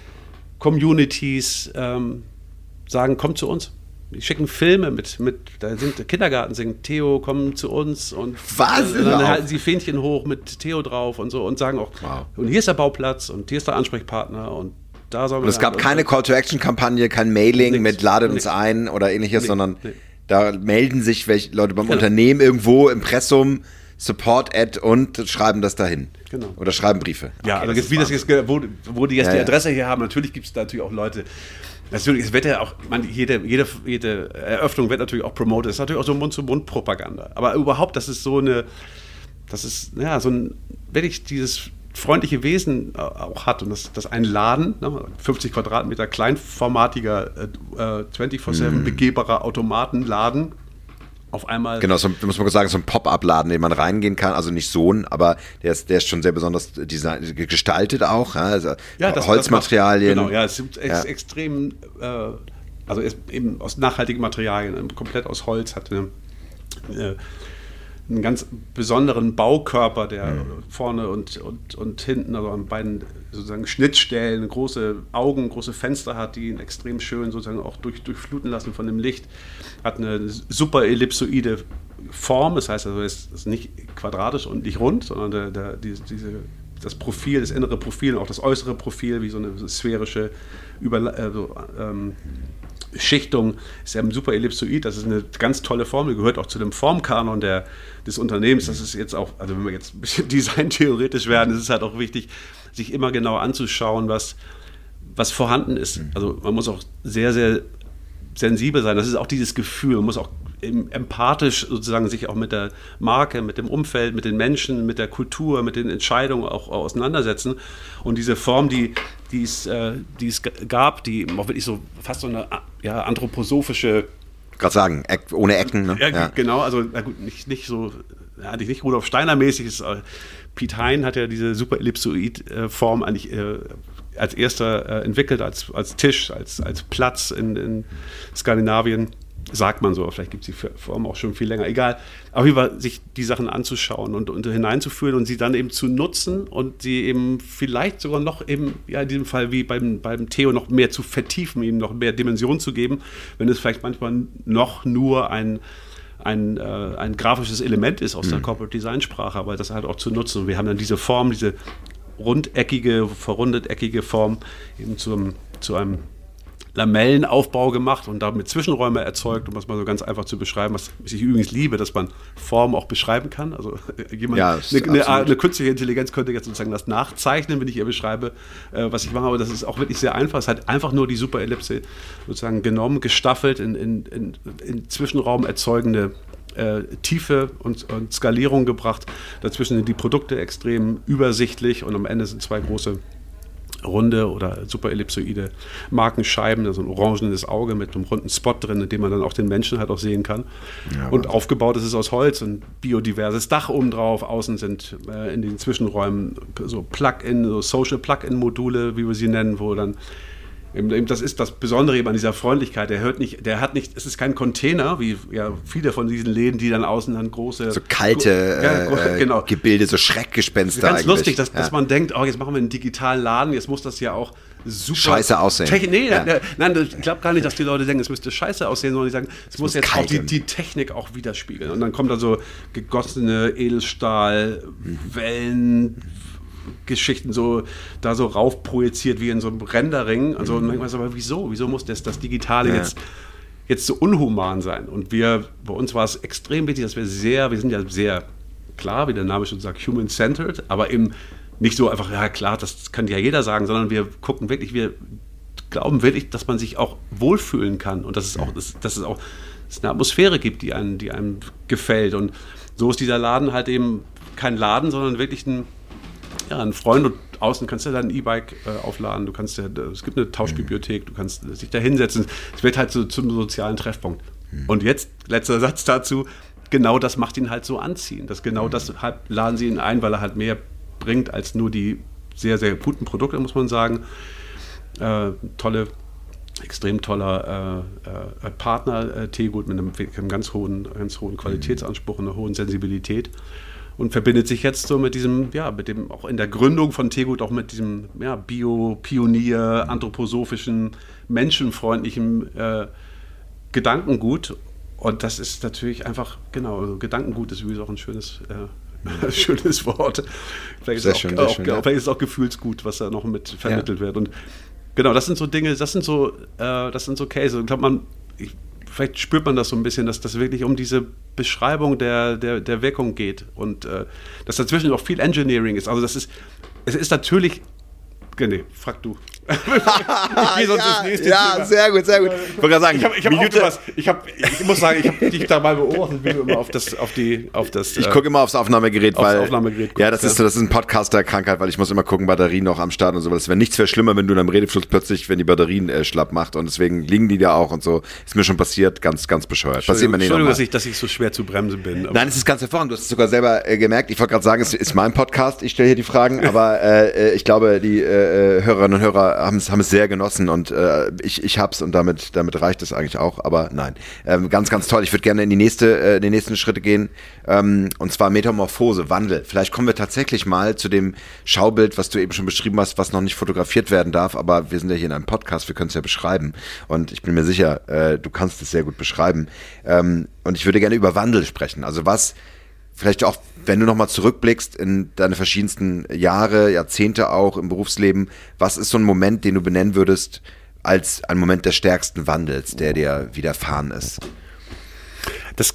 Communities sagen, kommt zu uns. Die schicken Filme da sind der Kindergarten, singt Theo, komm zu uns, und dann halten sie Fähnchen hoch mit Theo drauf und so und sagen auch, und hier ist der Bauplatz und hier ist der Ansprechpartner und da sollen wir. Und es gab keine Call-to-Action-Kampagne, kein Mailing mit ladet uns ein oder ähnliches, sondern da melden sich welche Leute beim Unternehmen irgendwo, Impressum, Support-Ad und schreiben das dahin. Genau. Oder schreiben Briefe. Ja, okay, wo die jetzt die Adresse hier haben, natürlich gibt es da natürlich auch Leute. Natürlich, es wird ja auch, jede Eröffnung wird natürlich auch promotet. Das ist natürlich auch so Mund-zu-Mund-Propaganda. Aber überhaupt, wirklich dieses freundliche Wesen auch hat, und dass ein Laden, 50 Quadratmeter kleinformatiger 24/7 begehbarer Automatenladen, auf einmal. Genau, muss man sagen, so ein Pop-up-Laden, in den man reingehen kann, also nicht so ein, aber der ist schon sehr besonders gestaltet auch, also Holzmaterialien. Genau, ja, es ist extrem, also ist eben aus nachhaltigen Materialien, komplett aus Holz, hat einen ganz besonderen Baukörper, der vorne und hinten, also an beiden sozusagen Schnittstellen, große Augen, große Fenster hat, die ihn extrem schön sozusagen auch durchfluten lassen von dem Licht. Hat eine super ellipsoide Form, das heißt also, es ist nicht quadratisch und nicht rund, sondern das Profil, das innere Profil und auch das äußere Profil, wie so eine sphärische Schichtung, ist ja super ellipsoid. Das ist eine ganz tolle Form, die gehört auch zu dem Formkanon des Unternehmens. Das ist jetzt auch, also wenn wir jetzt ein bisschen designtheoretisch werden, ist es halt auch wichtig, sich immer genau anzuschauen, was vorhanden ist. Also man muss auch sehr, sehr sensibel sein. Das ist auch dieses Gefühl. Man muss auch empathisch sozusagen sich auch mit der Marke, mit dem Umfeld, mit den Menschen, mit der Kultur, mit den Entscheidungen auch auseinandersetzen. Und diese Form, die es gab, die auch wirklich so fast so eine anthroposophische. Gerade sagen, ohne Ecken. Ne? Ja, genau. Also na gut, nicht so, eigentlich nicht Rudolf Steiner mäßig. Pete Hein hat ja diese super Ellipsoid-Form eigentlich als erster entwickelt, als Tisch, als Platz in Skandinavien. Sagt man so, vielleicht gibt es die Form auch schon viel länger, egal. Auf jeden Fall sich die Sachen anzuschauen und hineinzuführen und sie dann eben zu nutzen und sie eben vielleicht sogar noch eben, in diesem Fall wie beim Theo, noch mehr zu vertiefen, ihm noch mehr Dimension zu geben, wenn es vielleicht manchmal noch nur ein grafisches Element ist aus der Corporate Design Sprache, aber das halt auch zu nutzen. Und wir haben dann diese Form, diese verrundet-eckige Form eben zu einem Lamellenaufbau gemacht und damit Zwischenräume erzeugt, um das mal so ganz einfach zu beschreiben, was ich übrigens liebe, dass man Form auch beschreiben kann. Also eine künstliche Intelligenz könnte jetzt sozusagen das nachzeichnen, wenn ich ihr beschreibe, was ich mache, aber das ist auch wirklich sehr einfach. Es hat einfach nur die Superellipse sozusagen genommen, gestaffelt, in Zwischenraum erzeugende Tiefe und Skalierung gebracht. Dazwischen sind die Produkte extrem übersichtlich und am Ende sind zwei große runde oder super ellipsoide Markenscheiben, also ein orangenes Auge mit einem runden Spot drin, in dem man dann auch den Menschen halt auch sehen kann. Ja, und aufgebaut ist es aus Holz und biodiverses Dach oben drauf. Außen sind in den Zwischenräumen so Plug-in, so Social Plug-in-Module, wie wir sie nennen, wo dann eben, das ist das Besondere eben an dieser Freundlichkeit. Es ist kein Container, wie ja viele von diesen Läden, die dann außen dann große... So kalte genau. Gebilde, so Schreckgespenster ganz eigentlich. Ganz lustig, dass man denkt, jetzt machen wir einen digitalen Laden, jetzt muss das ja auch super... Scheiße aussehen. Nein, ich glaube gar nicht, dass die Leute denken, es müsste scheiße aussehen, sondern die sagen, es muss jetzt auch die Technik auch widerspiegeln. Und dann kommt da so gegossene Edelstahlwellen... Geschichten so rauf projiziert wie in so einem Rendering. Also manchmal aber wieso muss das Digitale jetzt so unhuman sein? Und bei uns war es extrem wichtig, dass wir sind ja sehr klar, wie der Name schon sagt, human-centered, aber eben nicht so einfach, ja klar, das kann ja jeder sagen, sondern wir glauben wirklich, dass man sich auch wohlfühlen kann und dass es auch eine Atmosphäre gibt, die einem gefällt. Und so ist dieser Laden halt eben kein Laden, sondern wirklich ein Freund, und außen kannst du dein E-Bike aufladen, es gibt eine Tauschbibliothek, du kannst dich da hinsetzen. Es wird halt so zum sozialen Treffpunkt. Und jetzt, letzter Satz dazu, genau das macht ihn halt so anziehend. Das halt laden sie ihn ein, weil er halt mehr bringt als nur die sehr, sehr guten Produkte, muss man sagen. Extrem toller Partner, Teegut, mit einem ganz hohen Qualitätsanspruch und einer hohen Sensibilität. Und verbindet sich jetzt so mit dem, auch in der Gründung von Teegut, auch mit diesem Bio-Pionier, anthroposophischen, menschenfreundlichen Gedankengut. Und das ist natürlich einfach, also Gedankengut ist übrigens auch ein schönes Wort. Vielleicht ist es auch Gefühlsgut, was da noch mit vermittelt wird. Und genau, das sind so Dinge, das sind so Cases. Ich glaube, vielleicht spürt man das so ein bisschen, dass das wirklich um diese Beschreibung der Wirkung geht und dass dazwischen auch viel Engineering ist. Also es ist natürlich... Nee, frag du. Ich gehe sonst ins nächste Thema. Sehr gut. Ich wollte gerade sagen, ich muss sagen, ich habe dich dabei beobachtet, wie du immer auf das ich gucke immer aufs Aufnahmegerät, weil das ist ein Podcast der Krankheit, weil ich muss immer gucken, Batterien noch am Start und so, weil es wäre nichts schlimmer, wenn du in einem Redefluss plötzlich, wenn die Batterien schlapp macht, und deswegen liegen die da auch und so. Ist mir schon passiert, ganz, ganz bescheuert. Entschuldigung, dass ich so schwer zu bremsen bin. Nein, es ist ganz hervorragend, du hast es sogar selber gemerkt. Ich wollte gerade sagen, es ist mein Podcast, ich stelle hier die Fragen, aber ich glaube, die Hörerinnen und Hörer haben es sehr genossen und ich hab's und damit reicht es eigentlich auch, aber nein. Ganz, ganz toll. Ich würde gerne in die nächsten Schritte gehen, und zwar Metamorphose, Wandel. Vielleicht kommen wir tatsächlich mal zu dem Schaubild, was du eben schon beschrieben hast, was noch nicht fotografiert werden darf, aber wir sind ja hier in einem Podcast, wir können es ja beschreiben und ich bin mir sicher, du kannst es sehr gut beschreiben. Und ich würde gerne über Wandel sprechen. Also was, vielleicht auch, wenn du nochmal zurückblickst in deine verschiedensten Jahre, Jahrzehnte auch im Berufsleben, was ist so ein Moment, den du benennen würdest als ein Moment des stärksten Wandels, der dir widerfahren ist? Das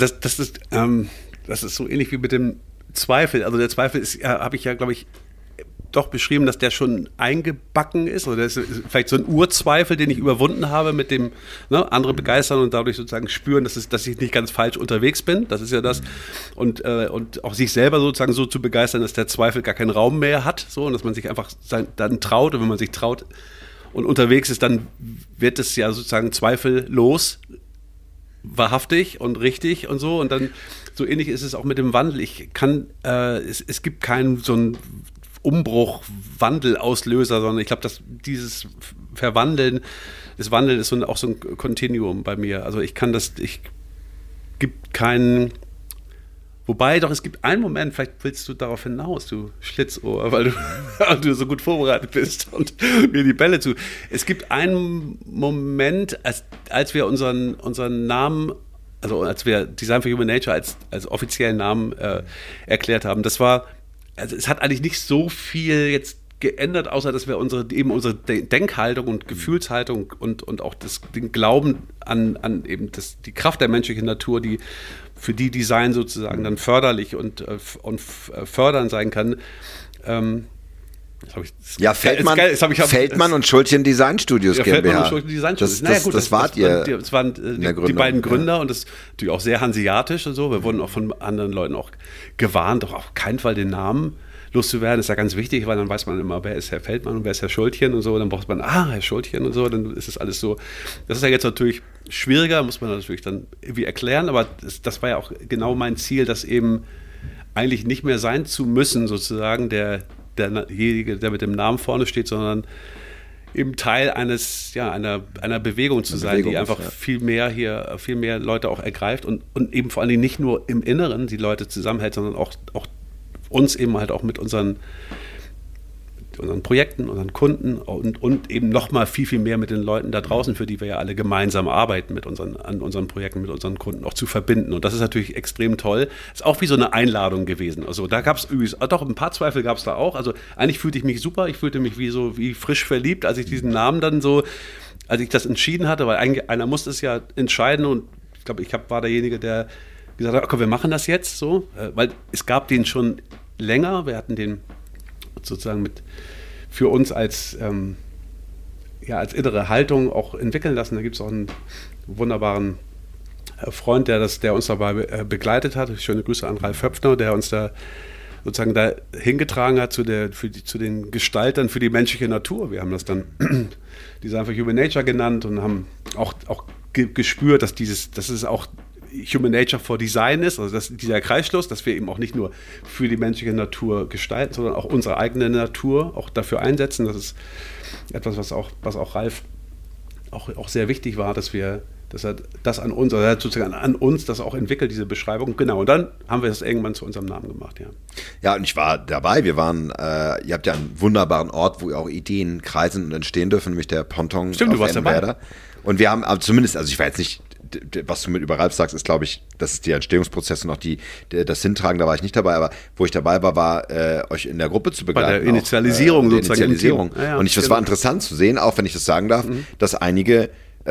ist so ähnlich wie mit dem Zweifel. Also der Zweifel ist, habe ich ja, glaube ich, doch beschrieben, dass der schon eingebacken ist. Oder das ist vielleicht so ein Urzweifel, den ich überwunden habe mit dem andere begeistern und dadurch sozusagen spüren, dass ich nicht ganz falsch unterwegs bin. Das ist ja das. Und auch sich selber sozusagen so zu begeistern, dass der Zweifel gar keinen Raum mehr hat. So, und dass man sich einfach dann traut. Und wenn man sich traut und unterwegs ist, dann wird es ja sozusagen zweifellos, wahrhaftig und richtig und so. Und dann so ähnlich ist es auch mit dem Wandel. Es gibt keinen so einen Umbruch, Wandelauslöser, sondern ich glaube, dass dieses Verwandeln, das Wandeln ist auch so ein Kontinuum bei mir. Also gibt keinen, wobei doch, es gibt einen Moment, vielleicht willst du darauf hinaus, du Schlitzohr, weil du so gut vorbereitet bist und mir die Bälle zu. Es gibt einen Moment, als wir unseren Namen, also als wir Design for Human Nature als offiziellen Namen erklärt haben, also es hat eigentlich nicht so viel jetzt geändert, außer dass wir unsere Denkhaltung und Gefühlshaltung und auch den Glauben an eben die Kraft der menschlichen Natur, die für die Design sozusagen dann förderlich und fördernd sein kann. Feldmann und Schultjen Design Studios GmbH. Feldmann und Schultjen Design Studios. Das wart ihr. Das waren die beiden Gründer und das ist natürlich auch sehr hanseatisch und so. Wir wurden auch von anderen Leuten auch gewarnt, doch auf keinen Fall den Namen loszuwerden. Das ist ja ganz wichtig, weil dann weiß man immer, wer ist Herr Feldmann und wer ist Herr Schultjen und so. Dann braucht man, Herr Schultjen und so, dann ist das alles so. Das ist ja jetzt natürlich schwieriger, muss man natürlich dann irgendwie erklären, aber das war ja auch genau mein Ziel, das eben eigentlich nicht mehr sein zu müssen, sozusagen, derjenige, der mit dem Namen vorne steht, sondern eben Teil einer Bewegung zu sein, die einfach viel mehr Leute auch ergreift und eben vor allen Dingen nicht nur im Inneren die Leute zusammenhält, sondern auch uns eben halt auch mit unseren Projekten, unseren Kunden und eben nochmal viel, viel mehr mit den Leuten da draußen, für die wir ja alle gemeinsam arbeiten, an unseren Projekten, mit unseren Kunden auch zu verbinden. Und das ist natürlich extrem toll. Ist auch wie so eine Einladung gewesen. Also da gab es übrigens, doch ein paar Zweifel gab es da auch. Also eigentlich fühlte ich mich super. Ich fühlte mich wie frisch verliebt, als ich diesen Namen dann so, als ich das entschieden hatte, weil einer musste es ja entscheiden und ich glaube, war derjenige, der gesagt hat, okay, wir machen das jetzt so, weil es gab den schon länger. Wir hatten den sozusagen für uns als innere Haltung auch entwickeln lassen. Da gibt es auch einen wunderbaren Freund, der uns dabei begleitet hat. Schöne Grüße an Ralf Höpfner, der uns da sozusagen da hingetragen hat zu den Gestaltern für die menschliche Natur. Wir haben das dann Design for Human Nature genannt und haben auch gespürt, dass es auch Human Nature for Design ist, also dieser Kreisschluss, dass wir eben auch nicht nur für die menschliche Natur gestalten, sondern auch unsere eigene Natur auch dafür einsetzen. Das ist etwas, was auch Ralf auch sehr wichtig war, dass er das an uns, also sozusagen an uns das auch entwickelt, diese Beschreibung. Genau, und dann haben wir das irgendwann zu unserem Namen gemacht, ja. Ja, und ich war dabei. Ihr habt ja einen wunderbaren Ort, wo auch Ideen kreisen und entstehen dürfen, nämlich der Ponton. Stimmt, du warst dabei. Und wir haben zumindest, also ich war jetzt nicht, was du mit über Ralf sagst, ist, glaube ich, das ist der Entstehungsprozess und auch das Hintragen, da war ich nicht dabei, aber wo ich dabei war, euch in der Gruppe zu begleiten. Bei der Initialisierung sozusagen. Ja, und das war interessant zu sehen, auch wenn ich das sagen darf, dass einige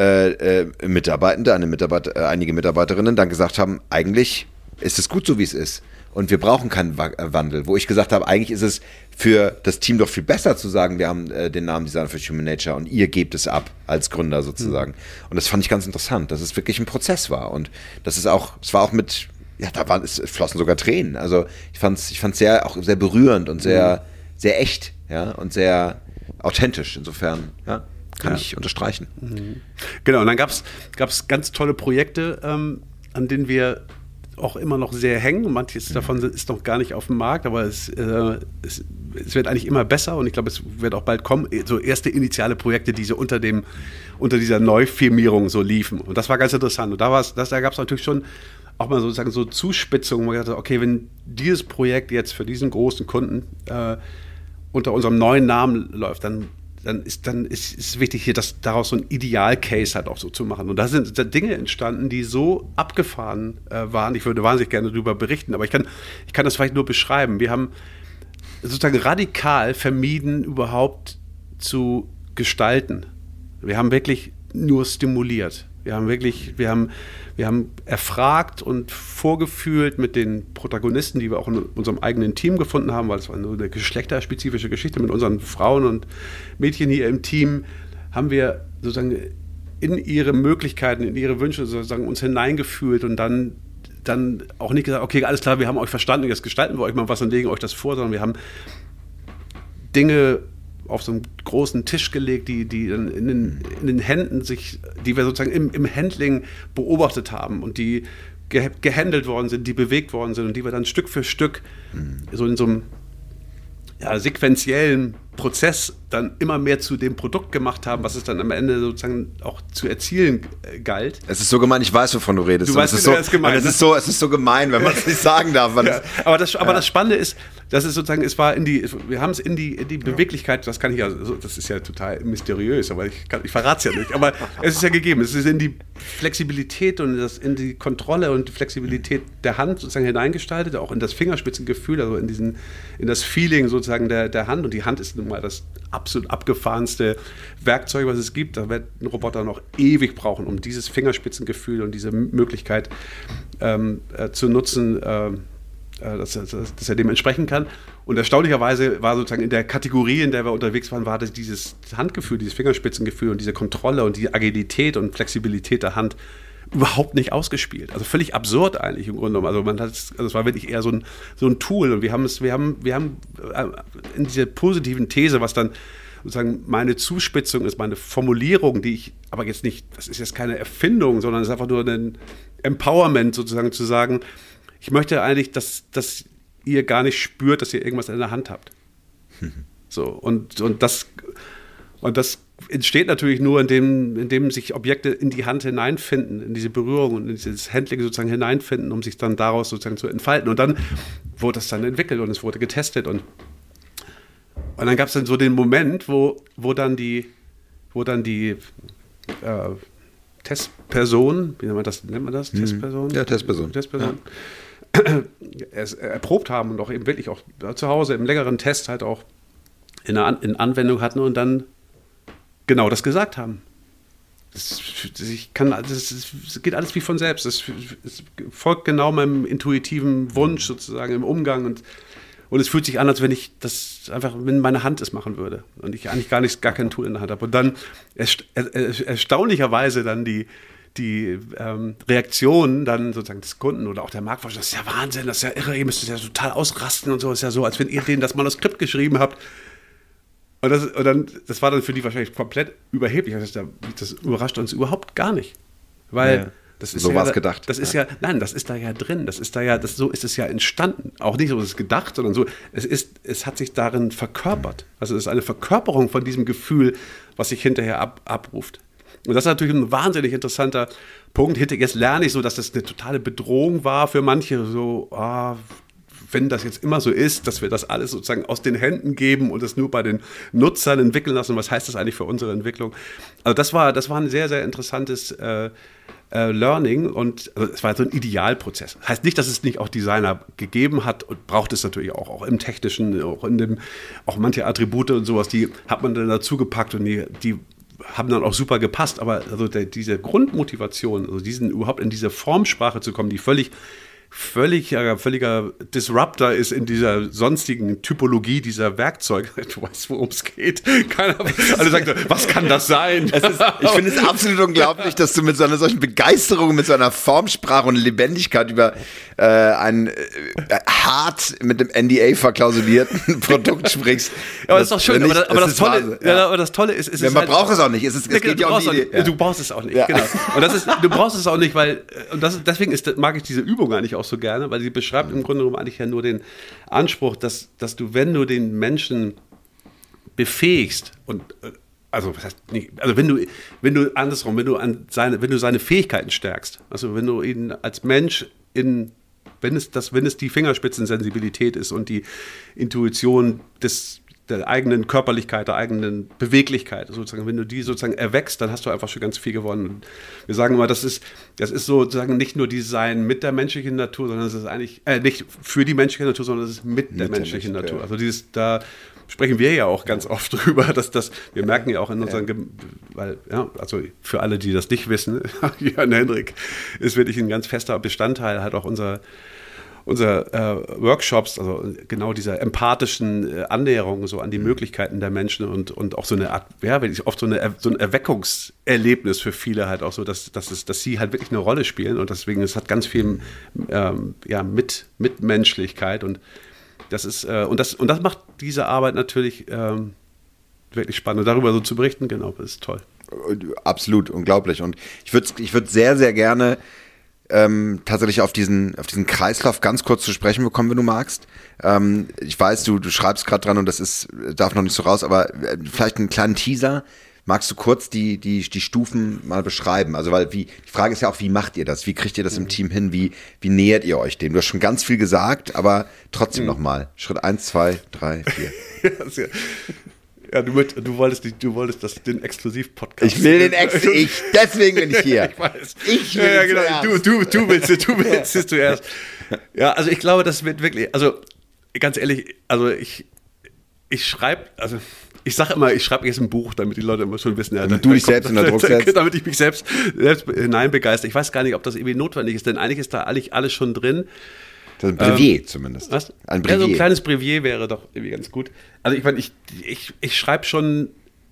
einige Mitarbeiterinnen dann gesagt haben, eigentlich ist es gut so, wie es ist. Und wir brauchen keinen Wandel. Wo ich gesagt habe, eigentlich ist es für das Team doch viel besser zu sagen, wir haben den Namen Design for Human Nature und ihr gebt es ab als Gründer sozusagen. Und das fand ich ganz interessant, dass es wirklich ein Prozess war. Und es war auch mit, ja, es flossen sogar Tränen. Also ich fand's auch sehr berührend und sehr, sehr echt, ja, und sehr authentisch. Insofern, ja, kann ich unterstreichen. Genau, und dann gab's ganz tolle Projekte, an denen wir auch immer noch sehr hängen. Manches davon ist noch gar nicht auf dem Markt, aber es es wird eigentlich immer besser und ich glaube, es wird auch bald kommen, so erste initiale Projekte, die so unter dieser Neufirmierung so liefen. Und das war ganz interessant. Und da gab es natürlich schon auch mal sozusagen so Zuspitzungen, wo man gesagt hat, okay, wenn dieses Projekt jetzt für diesen großen Kunden unter unserem neuen Namen läuft, dann ist es wichtig, hier daraus so ein Ideal-Case halt auch so zu machen. Und da sind Dinge entstanden, die so abgefahren waren. Ich würde wahnsinnig gerne darüber berichten, aber ich kann das vielleicht nur beschreiben. Wir haben sozusagen radikal vermieden, überhaupt zu gestalten. Wir haben wirklich nur stimuliert. Wir haben erfragt und vorgefühlt mit den Protagonisten, die wir auch in unserem eigenen Team gefunden haben, weil es war nur eine geschlechterspezifische Geschichte mit unseren Frauen und Mädchen hier im Team, haben wir sozusagen in ihre Möglichkeiten, in ihre Wünsche sozusagen uns hineingefühlt und dann auch nicht gesagt, okay, alles klar, wir haben euch verstanden, jetzt gestalten wir euch mal was und legen euch das vor, sondern wir haben Dinge auf so einen großen Tisch gelegt, die dann in den Händen die wir sozusagen im Handling beobachtet haben und die gehandelt worden sind, die bewegt worden sind und die wir dann Stück für Stück so in so einem sequenziellen Prozess dann immer mehr zu dem Produkt gemacht haben, was es dann am Ende sozusagen auch zu erzielen galt. Es ist so gemein, ich weiß, wovon du redest. Du weißt, es ist gemein. Es ist so gemein, wenn man es nicht sagen darf. Aber das Spannende ist, dass es sozusagen, wir haben es in die Beweglichkeit, das ist ja total mysteriös, aber ich verrate es ja nicht, aber es ist ja gegeben, es ist in die Flexibilität und in die Kontrolle und die Flexibilität der Hand sozusagen hineingestaltet, auch in das Fingerspitzengefühl, also in das Feeling sozusagen der Hand, und die Hand ist nun mal das absolut abgefahrenste Werkzeug, was es gibt. Da wird ein Roboter noch ewig brauchen, um dieses Fingerspitzengefühl und diese Möglichkeit zu nutzen, dass er dem entsprechen kann. Und erstaunlicherweise war sozusagen in der Kategorie, in der wir unterwegs waren, war das dieses Handgefühl, dieses Fingerspitzengefühl und diese Kontrolle und die Agilität und Flexibilität der Hand überhaupt nicht ausgespielt. Also völlig absurd eigentlich im Grunde genommen. Also es war wirklich eher so ein Tool. Und wir haben in dieser positiven These, was dann sozusagen meine Zuspitzung ist, meine Formulierung, die ich aber jetzt nicht, das ist jetzt keine Erfindung, sondern es ist einfach nur ein Empowerment sozusagen zu sagen, ich möchte eigentlich, dass ihr gar nicht spürt, dass ihr irgendwas in der Hand habt. So, und das entsteht natürlich nur, indem sich Objekte in die Hand hineinfinden, in diese Berührung und in dieses Handling sozusagen hineinfinden, um sich dann daraus sozusagen zu entfalten. Und dann wurde das dann entwickelt und es wurde getestet. Und dann gab es dann so den Moment, wo dann die Testperson, wie nennt man das? Testperson? Ja, Testperson. Es erprobt haben und auch eben wirklich auch zu Hause im längeren Test halt auch in Anwendung hatten und dann genau das gesagt haben. Es geht alles wie von selbst. Es folgt genau meinem intuitiven Wunsch sozusagen im Umgang und es fühlt sich an, als wenn ich das einfach in meine Hand es machen würde und ich eigentlich gar kein Tool in der Hand habe. Und dann erstaunlicherweise dann die Reaktion dann sozusagen des Kunden oder auch der Marktforscher, das ist ja Wahnsinn, das ist ja irre, ihr müsst es ja total ausrasten und so, das ist ja so, als wenn ihr denen das Manuskript geschrieben habt. Und das war dann für die wahrscheinlich komplett überheblich. Das überrascht uns überhaupt gar nicht. Weil das ist so war es gedacht. Das ist das ist da ja drin. So ist es ja entstanden. Auch nicht so ist es gedacht, sondern so, es hat sich darin verkörpert. Also es ist eine Verkörperung von diesem Gefühl, was sich hinterher abruft. Und das ist natürlich ein wahnsinnig interessanter Punkt. Jetzt lerne ich so, dass das eine totale Bedrohung war für manche. So, wenn das jetzt immer so ist, dass wir das alles sozusagen aus den Händen geben und es nur bei den Nutzern entwickeln lassen, was heißt das eigentlich für unsere Entwicklung? Also das war ein sehr, sehr interessantes Learning und also es war so ein Idealprozess. Das heißt nicht, dass es nicht auch Designer gegeben hat und braucht es natürlich auch im Technischen, auch manche Attribute und sowas, die hat man dann dazu gepackt und die haben dann auch super gepasst, aber also diese Grundmotivation, also überhaupt in diese Formsprache zu kommen, die völliger Disruptor ist in dieser sonstigen Typologie dieser Werkzeuge. Du weißt, worum es geht. Alle sagen so, was kann das sein? Ich finde es absolut unglaublich, dass du mit so einer solchen Begeisterung, mit so einer Formsprache und Lebendigkeit über ein hart mit dem NDA verklausulierten Produkt sprichst. Aber das ist doch schön. Aber das Tolle ist man braucht es auch nicht. Es geht ja um die Idee. Du brauchst es auch nicht. Ja. Genau. Und du brauchst es auch nicht, weil deswegen mag ich diese Übung eigentlich auch auch so gerne, weil sie beschreibt im Grunde genommen eigentlich ja nur den Anspruch, dass du, wenn du den Menschen befähigst und also wenn du andersrum, wenn du seine Fähigkeiten stärkst, also wenn du ihn als Mensch wenn es die Fingerspitzensensibilität ist und die Intuition der eigenen Körperlichkeit, der eigenen Beweglichkeit, sozusagen, wenn du die sozusagen erwächst, dann hast du einfach schon ganz viel gewonnen. Und wir sagen immer, das ist sozusagen nicht nur Design mit der menschlichen Natur, sondern es ist eigentlich nicht für die menschliche Natur, sondern es ist mit der menschlichen Natur. Also da sprechen wir ja auch ganz oft drüber, wir merken ja auch in unseren, also für alle, die das nicht wissen, Jörn Hendrik ist wirklich ein ganz fester Bestandteil, halt auch unser Workshops, also genau dieser empathischen Annäherung so an die Möglichkeiten der Menschen und auch so eine Art, wirklich oft so ein Erweckungserlebnis für viele halt auch so, dass sie halt wirklich eine Rolle spielen und deswegen, es hat ganz viel mit Menschlichkeit und das ist, und das macht diese Arbeit natürlich wirklich spannend. Und darüber so zu berichten, genau, das ist toll. Absolut, unglaublich. Und ich würd sehr, sehr gerne tatsächlich auf diesen Kreislauf ganz kurz zu sprechen bekommen, wenn du magst. Ich weiß, du schreibst gerade dran und darf noch nicht so raus, aber vielleicht einen kleinen Teaser. Magst du kurz die Stufen mal beschreiben? Also, weil die Frage ist ja auch, wie macht ihr das? Wie kriegt ihr das im Team hin? Wie nähert ihr euch dem? Du hast schon ganz viel gesagt, aber trotzdem nochmal. Schritt 1, 2, 3, 4. Ja, du wolltest den Exklusiv-Podcast. Ich will deswegen bin ich hier. Ich weiß. Ich will genau. Du willst es zuerst. Ja, also ich glaube, das wird wirklich, also ganz ehrlich, also ich schreibe, also ich sage immer, ich schreibe jetzt ein Buch, damit die Leute immer schon wissen, damit du dich selbst unter Druck setzt. Damit ich mich selbst hineinbegeister. Ich weiß gar nicht, ob das irgendwie notwendig ist, denn eigentlich ist da alles schon drin. Das ist ein Brevier zumindest. Was? Ein Brevier. Ja, so ein kleines Brevier wäre doch irgendwie ganz gut. Also ich meine, ich schreibe schon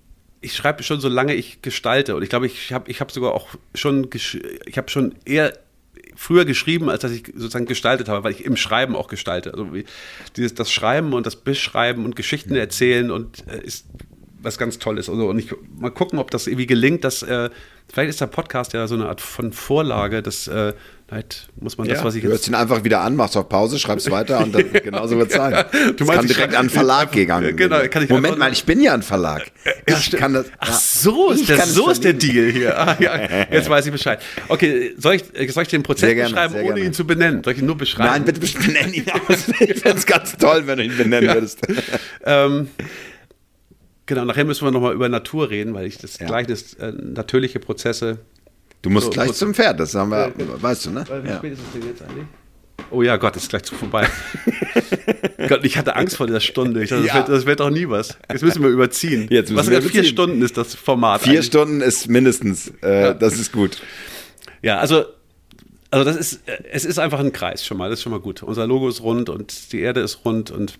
so lange ich gestalte und ich glaube, ich habe sogar auch schon eher früher geschrieben, als dass ich sozusagen gestaltet habe, weil ich im Schreiben auch gestalte. Also das Schreiben und das Beschreiben und Geschichten erzählen und ist was ganz Tolles. Also, und mal gucken, ob das irgendwie gelingt, dass vielleicht ist der Podcast ja so eine Art von Vorlage, dass vielleicht muss man das, was ich jetzt... Du hörst ihn einfach wieder an, machst auf Pause, schreibst weiter und dann genauso wird es sein. Du kann direkt an den Verlag gegangen. Genau, kann ich Moment mal, ich bin ja ein Verlag. Ich kann das... Ach so, ist der Deal hier. Ah, ja, jetzt weiß ich Bescheid. Okay, soll ich den Prozess beschreiben, ohne ihn zu benennen? Soll ich ihn nur beschreiben? Nein, bitte benenn ihn aus. Ich fände es ganz toll, wenn du ihn benennen würdest. Genau, nachher müssen wir nochmal über Natur reden, weil ich das Gleichnis natürliche Prozesse... Du musst gleich zum Pferd, das haben wir, weißt du, ne? Wie spät ist es denn jetzt eigentlich? Oh ja, Gott, ist gleich vorbei. Gott, ich hatte Angst vor dieser Stunde. Ich dachte, das wird doch nie was. Jetzt müssen wir überziehen. Was ist 4 Stunden ist das Format? 4 Stunden ist mindestens. Das ist gut. Ja, also es ist einfach ein Kreis schon mal. Das ist schon mal gut. Unser Logo ist rund und die Erde ist rund und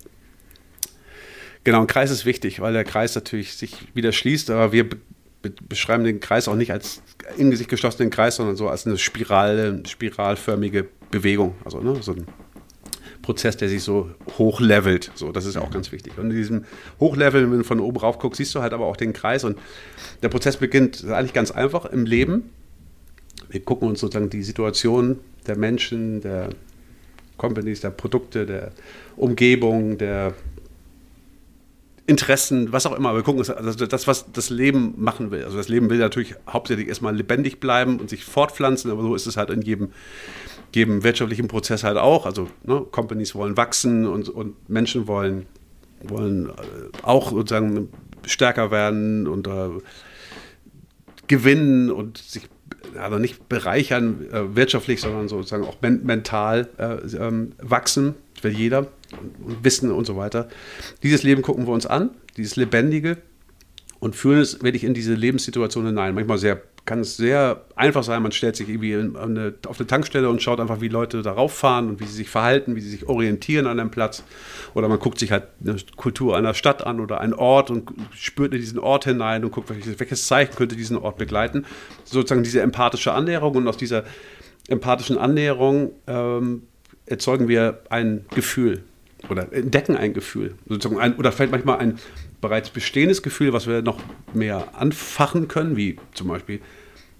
genau, ein Kreis ist wichtig, weil der Kreis natürlich sich wieder schließt, aber wir beschreiben den Kreis auch nicht als in sich geschlossenen Kreis, sondern so als eine spiralförmige Bewegung. Also so ein Prozess, der sich so hochlevelt. So, das ist auch ganz wichtig. Und in diesem Hochleveln, wenn du von oben rauf guckst, siehst du halt aber auch den Kreis. Und der Prozess beginnt eigentlich ganz einfach im Leben. Wir gucken uns sozusagen die Situation der Menschen, der Companies, der Produkte, der Umgebung, der Interessen, was auch immer. Wir gucken uns also das, was das Leben machen will. Also das Leben will natürlich hauptsächlich erstmal lebendig bleiben und sich fortpflanzen, aber so ist es halt in jedem wirtschaftlichen Prozess halt auch. Also Companies wollen wachsen und Menschen wollen auch sozusagen stärker werden und gewinnen und sich also nicht bereichern wirtschaftlich, sondern sozusagen auch mental wachsen, will jeder. Und Wissen und so weiter. Dieses Leben gucken wir uns an, dieses Lebendige und führen es wirklich in diese Lebenssituation hinein. Manchmal kann es sehr einfach sein, man stellt sich irgendwie auf eine Tankstelle und schaut einfach, wie Leute darauf fahren und wie sie sich verhalten, wie sie sich orientieren an einem Platz. Oder man guckt sich halt eine Kultur einer Stadt an oder einen Ort und spürt in diesen Ort hinein und guckt, welches Zeichen könnte diesen Ort begleiten. Sozusagen diese empathische Annäherung und aus dieser empathischen Annäherung erzeugen wir ein Gefühl. Oder entdecken ein Gefühl. Sozusagen oder vielleicht manchmal ein bereits bestehendes Gefühl, was wir noch mehr anfachen können, wie zum Beispiel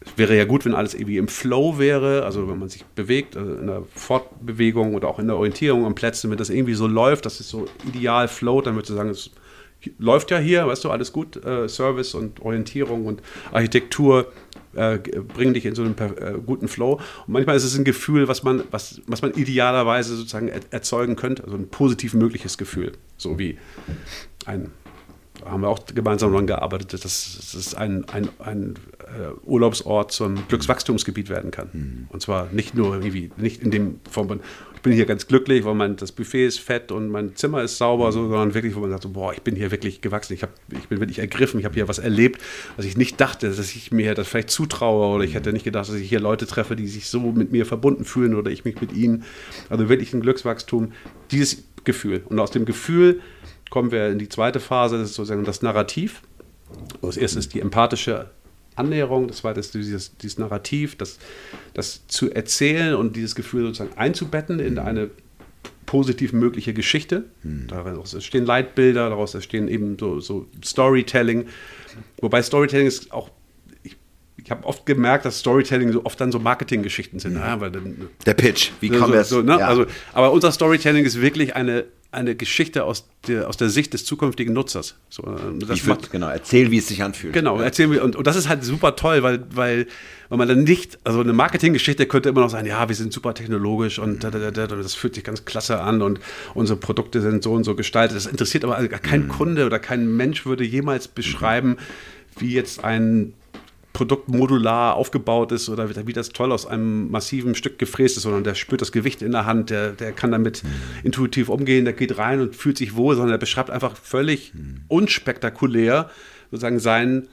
Es wäre ja gut, wenn alles irgendwie im Flow wäre, also wenn man sich bewegt, also in der Fortbewegung oder auch in der Orientierung am Plätzen, wenn das irgendwie so läuft, dass es so ideal float, dann würdest du sagen, es läuft ja hier, weißt du, alles gut, Service und Orientierung und Architektur bringen dich in so einen guten Flow. Und manchmal ist es ein Gefühl, was man idealerweise sozusagen erzeugen könnte, also ein positiv mögliches Gefühl, so wie haben wir auch gemeinsam daran gearbeitet, dass es ein Urlaubsort zum Glückswachstumsgebiet werden kann. Und zwar nicht nur irgendwie, nicht in dem Form, ich bin hier ganz glücklich, weil das Buffet ist fett und mein Zimmer ist sauber, sondern wirklich, wo man sagt, so, boah, ich bin hier wirklich gewachsen, ich bin wirklich ergriffen, ich habe hier was erlebt, was ich nicht dachte, dass ich mir das vielleicht zutraue, oder ich hätte nicht gedacht, dass ich hier Leute treffe, die sich so mit mir verbunden fühlen oder ich mich mit ihnen. Also wirklich ein Glückswachstum, dieses Gefühl. Und aus dem Gefühl kommen wir in die zweite Phase, das ist sozusagen das Narrativ. Das erste ist die empathische Annäherung, das zweite ist dieses Narrativ, das zu erzählen und dieses Gefühl sozusagen einzubetten in eine positiv mögliche Geschichte. Daraus entstehen Leitbilder, daraus entstehen eben so Storytelling. Wobei Storytelling ist auch, ich habe oft gemerkt, dass Storytelling so oft dann so Marketinggeschichten sind. Weil dann, der Pitch, wie kam das? So, ne? Ja. Also, aber unser Storytelling ist wirklich eine Geschichte aus der Sicht des zukünftigen Nutzers. So, genau, erzähl, wie es sich anfühlt. Genau, erzählen wir. Und das ist halt super toll, weil man dann nicht, also eine Marketinggeschichte könnte immer noch sein, ja, wir sind super technologisch und das fühlt sich ganz klasse an und unsere Produkte sind so und so gestaltet. Das interessiert aber kein Kunde oder kein Mensch würde jemals beschreiben, wie jetzt ein Produkt modular aufgebaut ist oder wie das toll aus einem massiven Stück gefräst ist, sondern der spürt das Gewicht in der Hand, der kann damit intuitiv umgehen, der geht rein und fühlt sich wohl, sondern der beschreibt einfach völlig unspektakulär sozusagen sein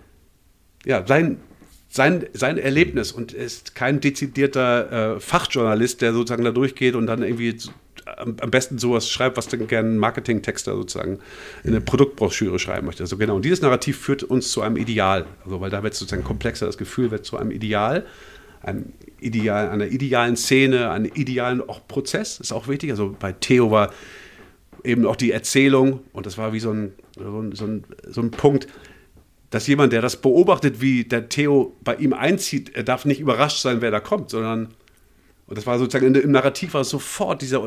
Erlebnis und ist kein dezidierter Fachjournalist, der sozusagen da durchgeht und dann irgendwie am besten sowas schreibt, was dann gerne ein Marketingtexter sozusagen in eine Produktbroschüre schreiben möchte. Also genau, und dieses Narrativ führt uns zu einem Ideal, also weil da wird es sozusagen komplexer, das Gefühl wird zu einem Ideal, einer idealen Szene, einem idealen auch Prozess, ist auch wichtig. Also bei Theo war eben auch die Erzählung und das war wie so ein Punkt, dass jemand, der das beobachtet, wie der Theo bei ihm einzieht, er darf nicht überrascht sein, wer da kommt, sondern und das war sozusagen im Narrativ war es sofort dieser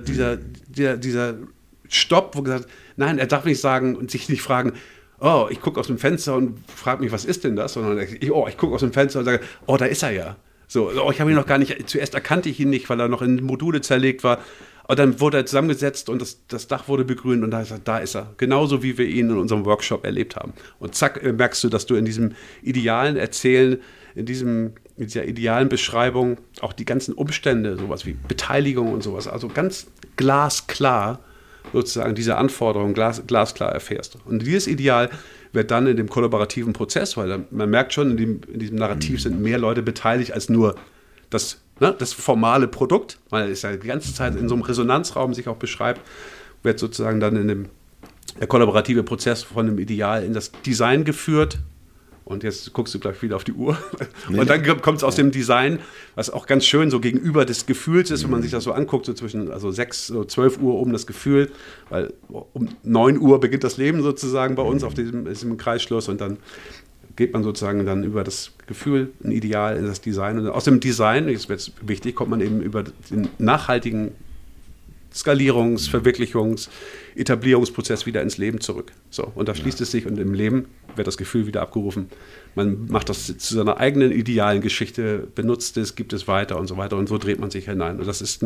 Stopp, wo gesagt, nein, er darf nicht sagen und sich nicht fragen, oh, ich gucke aus dem Fenster und frage mich, was ist denn das? Sondern ich gucke aus dem Fenster und sage, oh, da ist er ja. So, oh, ich habe ihn noch gar nicht, zuerst erkannte ich ihn nicht, weil er noch in Module zerlegt war. Und dann wurde er zusammengesetzt und das Dach wurde begrünt und da ist er. Genauso wie wir ihn in unserem Workshop erlebt haben. Und zack, merkst du, dass du in diesem idealen Erzählen, in dieser idealen Beschreibung auch die ganzen Umstände, sowas wie Beteiligung und sowas, also ganz glasklar sozusagen diese Anforderungen glasklar erfährst. Und dieses Ideal wird dann in dem kollaborativen Prozess, weil man merkt schon, in diesem Narrativ sind mehr Leute beteiligt als nur das formale Produkt, weil es ja die ganze Zeit in so einem Resonanzraum sich auch beschreibt, wird sozusagen dann der kollaborative Prozess von dem Ideal in das Design geführt. Und jetzt guckst du gleich wieder auf die Uhr. Und dann kommt es aus dem Design, was auch ganz schön so gegenüber des Gefühls ist, wenn man sich das so anguckt, so zwischen 6, 12 Uhr um das Gefühl, weil um 9 Uhr beginnt das Leben sozusagen bei uns auf diesem Kreisschluss und dann geht man sozusagen dann über das Gefühl, ein Ideal, in das Design. Und aus dem Design, das wird wichtig, kommt man eben über den nachhaltigen Skalierungs-, Verwirklichungs-, Etablierungsprozess wieder ins Leben zurück. So, und da schließt es sich und im Leben wird das Gefühl wieder abgerufen. Man macht das zu seiner eigenen idealen Geschichte, benutzt es, gibt es weiter und so weiter und so dreht man sich hinein. Und das ist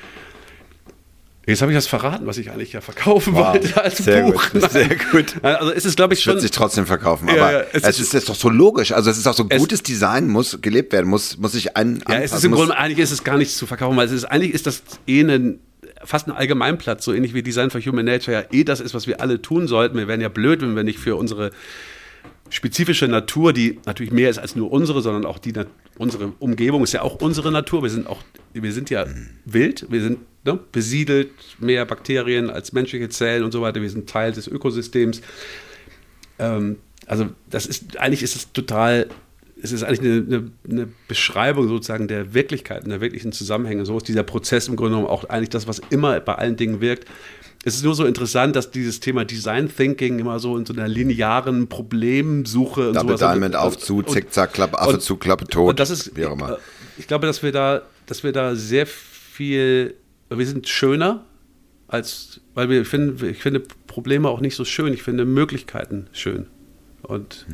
jetzt habe ich das verraten, was ich eigentlich ja verkaufen wollte als sehr Buch. Gut, sehr gut. Also es ist, glaube ich, schon... Wird sich trotzdem verkaufen, aber es ist doch so logisch. Also es ist auch so, gutes Design muss gelebt werden, muss sich anpassen. Ja, es ist im Grunde, eigentlich ist es gar nichts zu verkaufen, weil eigentlich ist das fast ein Allgemeinplatz, so ähnlich wie Design for Human Nature ja das ist, was wir alle tun sollten. Wir wären ja blöd, wenn wir nicht für unsere spezifische Natur, die natürlich mehr ist als nur unsere, sondern auch unsere Umgebung ist ja auch unsere Natur. Wir sind ja wild, wir sind besiedelt, mehr Bakterien als menschliche Zellen und so weiter. Wir sind Teil des Ökosystems. Also eigentlich ist es total es ist eigentlich eine Beschreibung sozusagen der Wirklichkeit, der wirklichen Zusammenhänge. So ist dieser Prozess im Grunde genommen auch eigentlich das, was immer bei allen Dingen wirkt. Es ist nur so interessant, dass dieses Thema Design Thinking immer so in so einer linearen Problemsuche und Double sowas. Diamond auf zu, Zickzack, Klappe, Affe zu, Klappe tot. Und das ist, wie auch immer. Ich glaube, dass wir da sehr viel, wir sind schöner weil ich finde Probleme auch nicht so schön. Ich finde Möglichkeiten schön. Und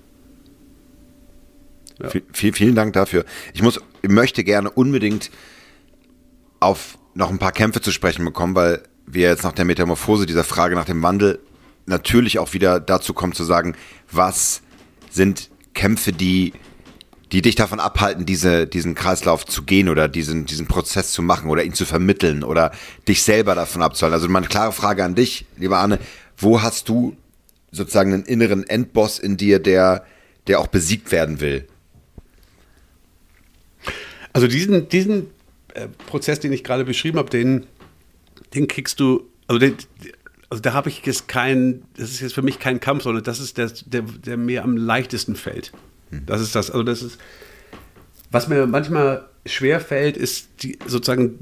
ja. Vielen Dank dafür. Ich möchte gerne unbedingt auf noch ein paar Kämpfe zu sprechen bekommen, weil wir jetzt nach der Metamorphose dieser Frage nach dem Wandel natürlich auch wieder dazu kommen zu sagen, was sind Kämpfe, die dich davon abhalten, diesen Kreislauf zu gehen oder diesen Prozess zu machen oder ihn zu vermitteln oder dich selber davon abzuhalten. Also meine klare Frage an dich, lieber Arne, wo hast du sozusagen einen inneren Endboss in dir, der auch besiegt werden will? Also diesen Prozess, den ich gerade beschrieben habe, den kriegst du, also da habe ich jetzt das ist jetzt für mich kein Kampf, sondern das ist der mir am leichtesten fällt. Das ist das, was mir manchmal schwer fällt, ist sozusagen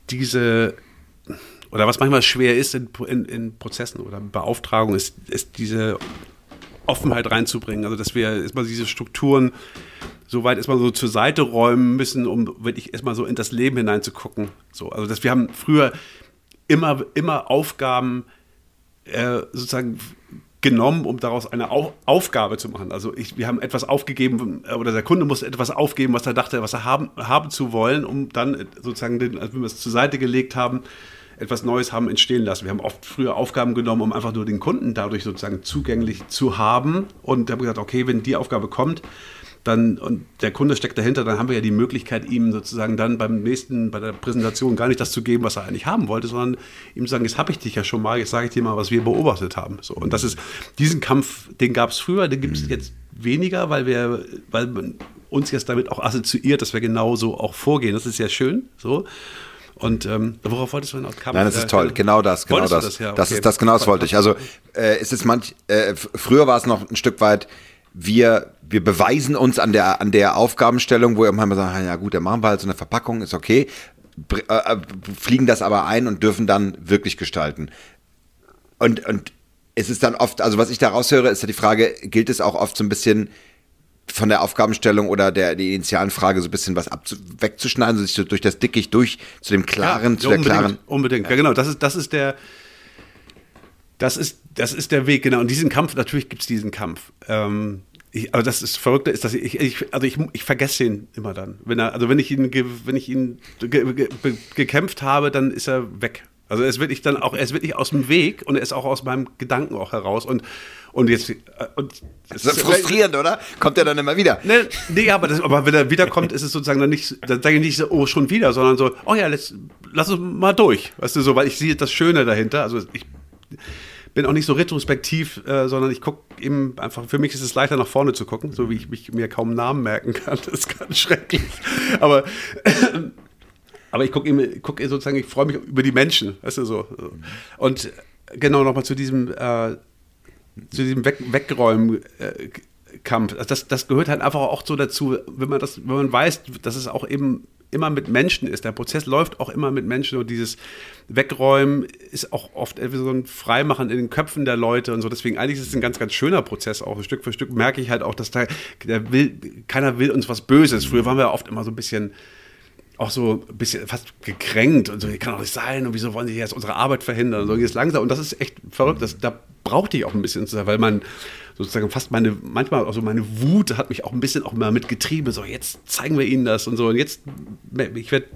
oder was manchmal schwer ist in Prozessen oder Beauftragungen, ist diese Offenheit reinzubringen. Also dass wir erstmal diese Strukturen so weit erstmal so zur Seite räumen müssen, um wirklich erstmal so in das Leben hineinzugucken. So, also dass wir haben früher immer Aufgaben sozusagen genommen, um daraus eine Aufgabe zu machen. Also wir haben etwas aufgegeben oder der Kunde musste etwas aufgeben, was er dachte, was er haben zu wollen, um dann sozusagen, als wir es zur Seite gelegt haben, etwas Neues haben entstehen lassen. Wir haben oft früher Aufgaben genommen, um einfach nur den Kunden dadurch sozusagen zugänglich zu haben und haben gesagt, okay, wenn die Aufgabe kommt, und der Kunde steckt dahinter, dann haben wir ja die Möglichkeit, ihm sozusagen dann bei der Präsentation gar nicht das zu geben, was er eigentlich haben wollte, sondern ihm zu sagen, jetzt habe ich dich ja schon mal, jetzt sage ich dir mal, was wir beobachtet haben. So, und diesen Kampf, den gab es früher, den gibt es jetzt weniger, weil man uns jetzt damit auch assoziiert, dass wir genauso auch vorgehen. Das ist ja schön, so. Und worauf wolltest du denn aus Kampf? Nein, das ist toll, genau das. Ja, okay. Das ist das, genau das wollte ich. Also es ist früher war es noch ein Stück weit, wir beweisen uns an der Aufgabenstellung, wo wir immer sagen, ja gut, dann machen wir halt so eine Verpackung, ist okay, fliegen das aber ein und dürfen dann wirklich gestalten. Und es ist dann oft, also was ich da raushöre, ist ja die Frage, gilt es auch oft so ein bisschen von der Aufgabenstellung oder der initialen Frage so ein bisschen was wegzuschneiden, so sich so durch das Dickicht zu dem klaren, ja, unbedingt, unbedingt. Ja, genau, das ist der Weg, genau. Und diesen Kampf, natürlich gibt es diesen Kampf. Aber das Verrückte ist, dass ich vergesse ihn immer dann. Wenn ich ihn gekämpft habe, dann ist er weg. Also er ist wirklich aus dem Weg und er ist auch aus meinem Gedanken auch heraus. Und jetzt. Das ist frustrierend, oder? Kommt er dann immer wieder? Nee, aber wenn er wiederkommt, ist es sozusagen dann sage ich nicht so, oh, schon wieder, sondern so, oh ja, lass uns mal durch. Weißt du, so, weil ich sehe das Schöne dahinter. Also ich bin auch nicht so retrospektiv, sondern ich gucke eben einfach, für mich ist es leichter nach vorne zu gucken, so wie ich mir kaum Namen merken kann, das ist ganz schrecklich. Aber ich gucke sozusagen, ich freue mich über die Menschen, weißt du, so. Und genau, nochmal zu diesem Wegräumen-Kampf. Das gehört halt einfach auch so dazu, wenn man weiß, dass es auch eben immer mit Menschen ist. Der Prozess läuft auch immer mit Menschen und dieses Wegräumen ist auch oft so ein Freimachen in den Köpfen der Leute und so. Deswegen eigentlich ist es ein ganz, ganz schöner Prozess auch. Stück für Stück merke ich halt auch, dass keiner will uns was Böses. Früher waren wir oft immer so ein bisschen fast gekränkt und so, kann auch nicht sein und wieso wollen sie jetzt unsere Arbeit verhindern und so, jetzt langsam und das ist echt verrückt, da brauchte ich auch ein bisschen, weil man sozusagen fast manchmal auch so meine Wut hat mich auch ein bisschen auch mal mitgetrieben, so jetzt zeigen wir ihnen das und so und jetzt, ich werd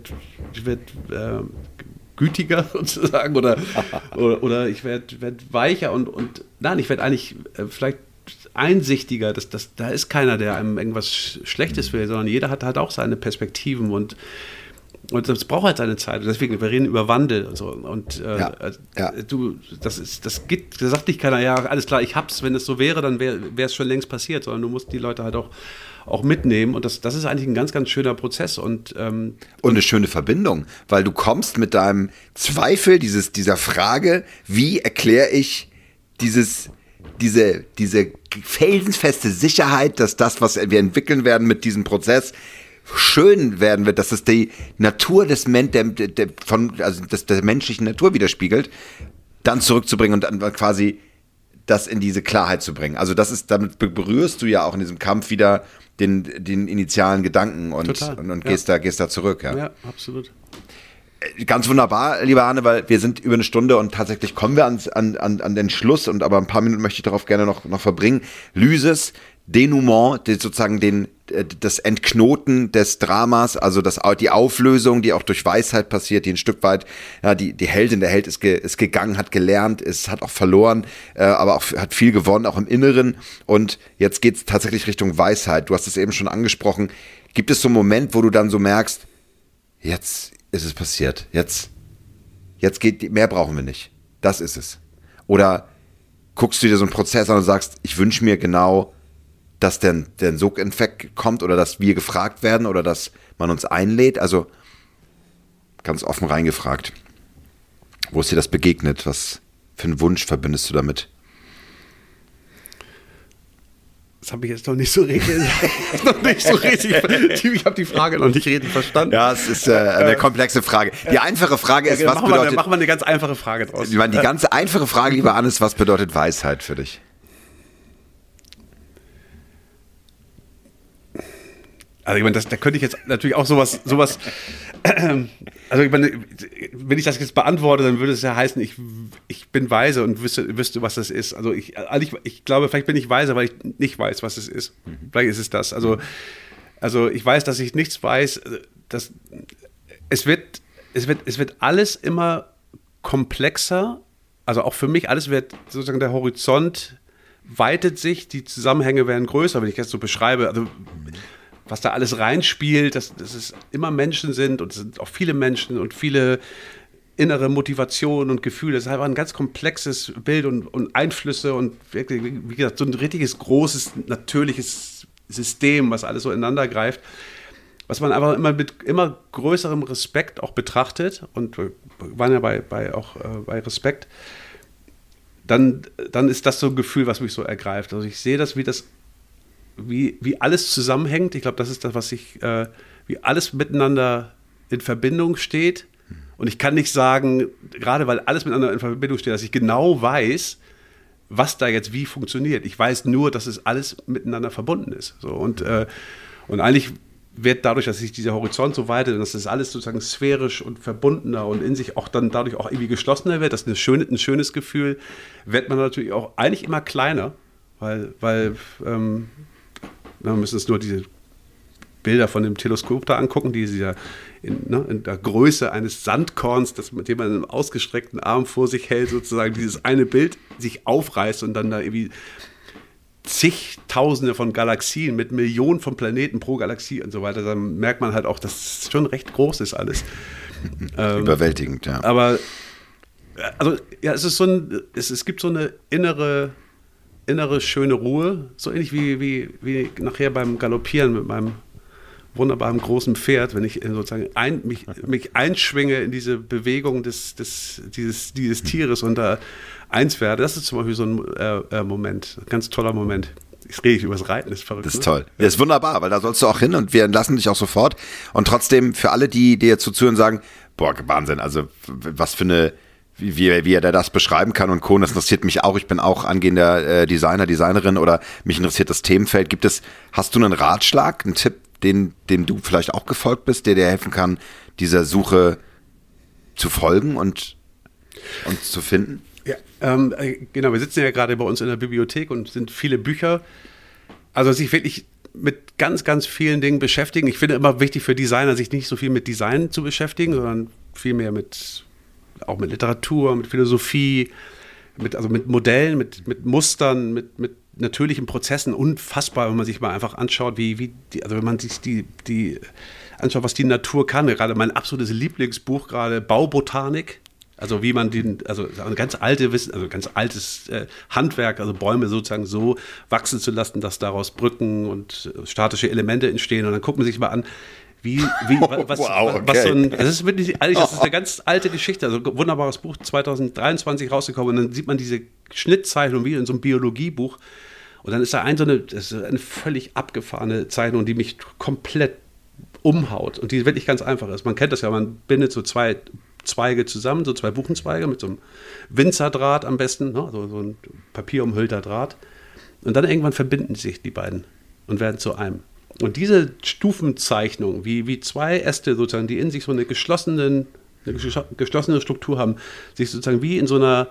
gütiger sozusagen oder ich werd weicher und nein, ich werde eigentlich vielleicht einsichtiger, da ist keiner, der einem irgendwas Schlechtes will, sondern jeder hat halt auch seine Perspektiven und das braucht halt seine Zeit. Und deswegen, wir reden über Wandel und so. Und da sagt dich keiner, ja, alles klar, ich hab's, wenn es so wäre, dann wäre es schon längst passiert, sondern du musst die Leute halt auch mitnehmen. Und das ist eigentlich ein ganz, ganz schöner Prozess. Und eine schöne Verbindung, weil du kommst mit deinem Zweifel, dieser Frage, wie erkläre ich diese felsenfeste Sicherheit, dass das, was wir entwickeln werden mit diesem Prozess, schön werden wird, dass es die Natur der menschlichen Natur widerspiegelt, dann zurückzubringen und dann quasi das in diese Klarheit zu bringen. Also damit berührst du ja auch in diesem Kampf wieder den initialen Gedanken und gehst da zurück. Ja, absolut. Ganz wunderbar, lieber Arne, weil wir sind über eine Stunde und tatsächlich kommen wir an den Schluss, aber ein paar Minuten möchte ich darauf gerne noch verbringen. Lysis, Denouement, sozusagen das Entknoten des Dramas, also die Auflösung, die auch durch Weisheit passiert, die ein Stück weit, ja, die Heldin, der Held ist gegangen, hat gelernt, hat auch verloren, aber auch hat viel gewonnen, auch im Inneren, und jetzt geht es tatsächlich Richtung Weisheit. Du hast es eben schon angesprochen. Gibt es so einen Moment, wo du dann so merkst, jetzt ist es passiert, jetzt mehr brauchen wir nicht, das ist es? Oder guckst du dir so einen Prozess an und sagst, ich wünsche mir genau, dass der Sog-Infekt kommt oder dass wir gefragt werden oder dass man uns einlädt? Also ganz offen reingefragt. Wo ist dir das begegnet? Was für einen Wunsch verbindest du damit? Das habe ich jetzt noch nicht so richtig. Ich habe die Frage noch nicht richtig verstanden. Ja, es ist eine komplexe Frage. Die einfache Frage ist, was bedeutet... Machen wir eine ganz einfache Frage draus. Die ganz einfache Frage, lieber Hannes, was bedeutet Weisheit für dich? Also ich meine, da könnte ich jetzt natürlich auch sowas, also ich meine, wenn ich das jetzt beantworte, dann würde es ja heißen, ich bin weise und wüsste, was das ist. Also ich glaube, vielleicht bin ich weise, weil ich nicht weiß, was es ist. Vielleicht ist es das. Also ich weiß, dass ich nichts weiß. Es wird alles immer komplexer. Also auch für mich, alles wird sozusagen, der Horizont weitet sich, die Zusammenhänge werden größer, wenn ich das so beschreibe. Also was da alles reinspielt, dass es immer Menschen sind und es sind auch viele Menschen und viele innere Motivationen und Gefühle. Das ist einfach ein ganz komplexes Bild und Einflüsse und wirklich, wie gesagt, so ein richtiges, großes, natürliches System, was alles so ineinander greift, was man einfach immer mit immer größerem Respekt auch betrachtet, und wir waren ja bei Respekt, dann ist das so ein Gefühl, was mich so ergreift. Also ich sehe das, wie alles zusammenhängt. Ich glaube, das ist das, wie alles miteinander in Verbindung steht. Und ich kann nicht sagen, gerade weil alles miteinander in Verbindung steht, dass ich genau weiß, was da jetzt wie funktioniert. Ich weiß nur, dass es alles miteinander verbunden ist. So, und eigentlich wird dadurch, dass sich dieser Horizont so weitet und dass das alles sozusagen sphärisch und verbundener und in sich auch dann dadurch auch irgendwie geschlossener wird, das ist ein schönes Gefühl, wird man natürlich auch eigentlich immer kleiner, weil wir müssen uns nur diese Bilder von dem Teleskop da angucken, die ja in der Größe eines Sandkorns, mit dem man einen ausgestreckten Arm vor sich hält, sozusagen dieses eine Bild sich aufreißt und dann da irgendwie zigtausende von Galaxien mit Millionen von Planeten pro Galaxie und so weiter, dann merkt man halt auch, dass es schon recht groß ist alles. Überwältigend, ja. Aber also ja, es gibt so eine innere schöne Ruhe, so ähnlich wie nachher beim Galoppieren mit meinem wunderbaren großen Pferd, wenn ich sozusagen mich einschwinge in diese Bewegung dieses Tieres und da eins werde. Das ist zum Beispiel so ein Moment, ein ganz toller Moment. Ich rede über das Reiten, ist verrückt. Das ist toll. Das ist wunderbar, weil da sollst du auch hin und wir entlassen dich auch sofort. Und trotzdem, für alle, die jetzt zuhören, sagen, boah, Wahnsinn, also was für eine, wie er das beschreiben kann und Co., das interessiert mich auch. Ich bin auch angehender Designerin oder mich interessiert das Themenfeld. Hast du einen Ratschlag, einen Tipp, dem du vielleicht auch gefolgt bist, der dir helfen kann, dieser Suche zu folgen und zu finden? Ja, genau, wir sitzen ja gerade bei uns in der Bibliothek und sind viele Bücher. Also sich wirklich mit ganz, ganz vielen Dingen beschäftigen. Ich finde immer wichtig für Designer, sich nicht so viel mit Design zu beschäftigen, sondern vielmehr auch mit Literatur, mit Philosophie, mit Modellen, mit Mustern, mit natürlichen Prozessen. Unfassbar, wenn man sich mal einfach anschaut, wenn man sich die anschaut, was die Natur kann. Gerade mein absolutes Lieblingsbuch, gerade Baubotanik. Also wie man ein ganz altes Handwerk, also Bäume sozusagen so wachsen zu lassen, dass daraus Brücken und statische Elemente entstehen. Und dann guckt man sich mal an, das ist wirklich, das ist eine ganz alte Geschichte, also ein wunderbares Buch, 2023 rausgekommen, und dann sieht man diese Schnittzeichnung wie in so einem Biologiebuch Und dann ist da das ist eine völlig abgefahrene Zeichnung, die mich komplett umhaut und die wirklich ganz einfach ist. Man kennt das ja, man bindet so 2 Zweige zusammen, so 2 Buchenzweige mit so einem Winzerdraht am besten, ne? So ein papierumhüllter Draht. Und dann irgendwann verbinden sich die beiden und werden zu einem. Und diese Stufenzeichnung, wie 2 Äste sozusagen, die in sich so eine geschlossene Struktur haben, sich sozusagen wie in so einer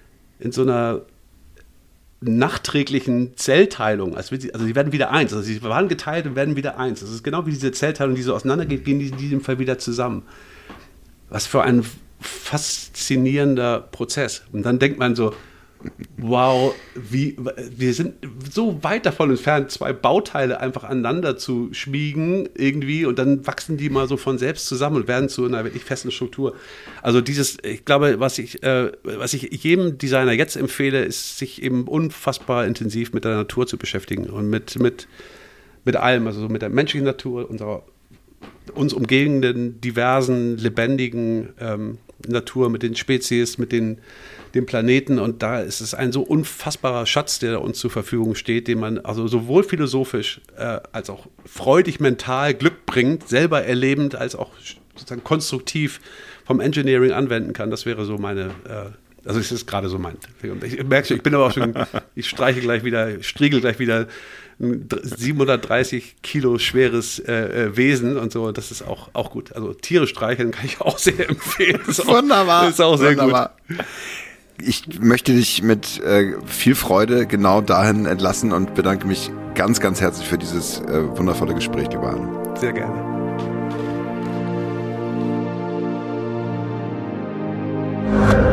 nachträglichen Zellteilung, also die werden wieder eins, also sie waren geteilt und werden wieder eins. Das ist genau wie diese Zellteilung, die so auseinandergeht, gehen die in diesem Fall wieder zusammen. Was für ein faszinierender Prozess. Und dann denkt man so, wow, wir sind so weit davon entfernt, 2 Bauteile einfach aneinander zu schmiegen irgendwie und dann wachsen die mal so von selbst zusammen und werden zu einer wirklich festen Struktur. Also ich glaube, was ich jedem Designer jetzt empfehle, ist, sich eben unfassbar intensiv mit der Natur zu beschäftigen und mit allem, also so mit der menschlichen Natur, uns umgebenden, diversen, lebendigen Natur, mit den Spezies, mit dem Planeten, und da ist es ein so unfassbarer Schatz, der uns zur Verfügung steht, den man also sowohl philosophisch als auch freudig mental Glück bringt, selber erlebend, als auch sozusagen konstruktiv vom Engineering anwenden kann. Das wäre so meine, also es ist gerade so mein. Ich merke schon, ich bin aber auch schon, ich striegel gleich wieder ein 730 Kilo schweres Wesen und so, das ist auch gut. Also Tiere streicheln kann ich auch sehr empfehlen. Wunderbar. Ist auch sehr gut. Ich möchte dich mit viel Freude genau dahin entlassen und bedanke mich ganz, ganz herzlich für dieses wundervolle Gespräch, lieber Arno. Sehr gerne.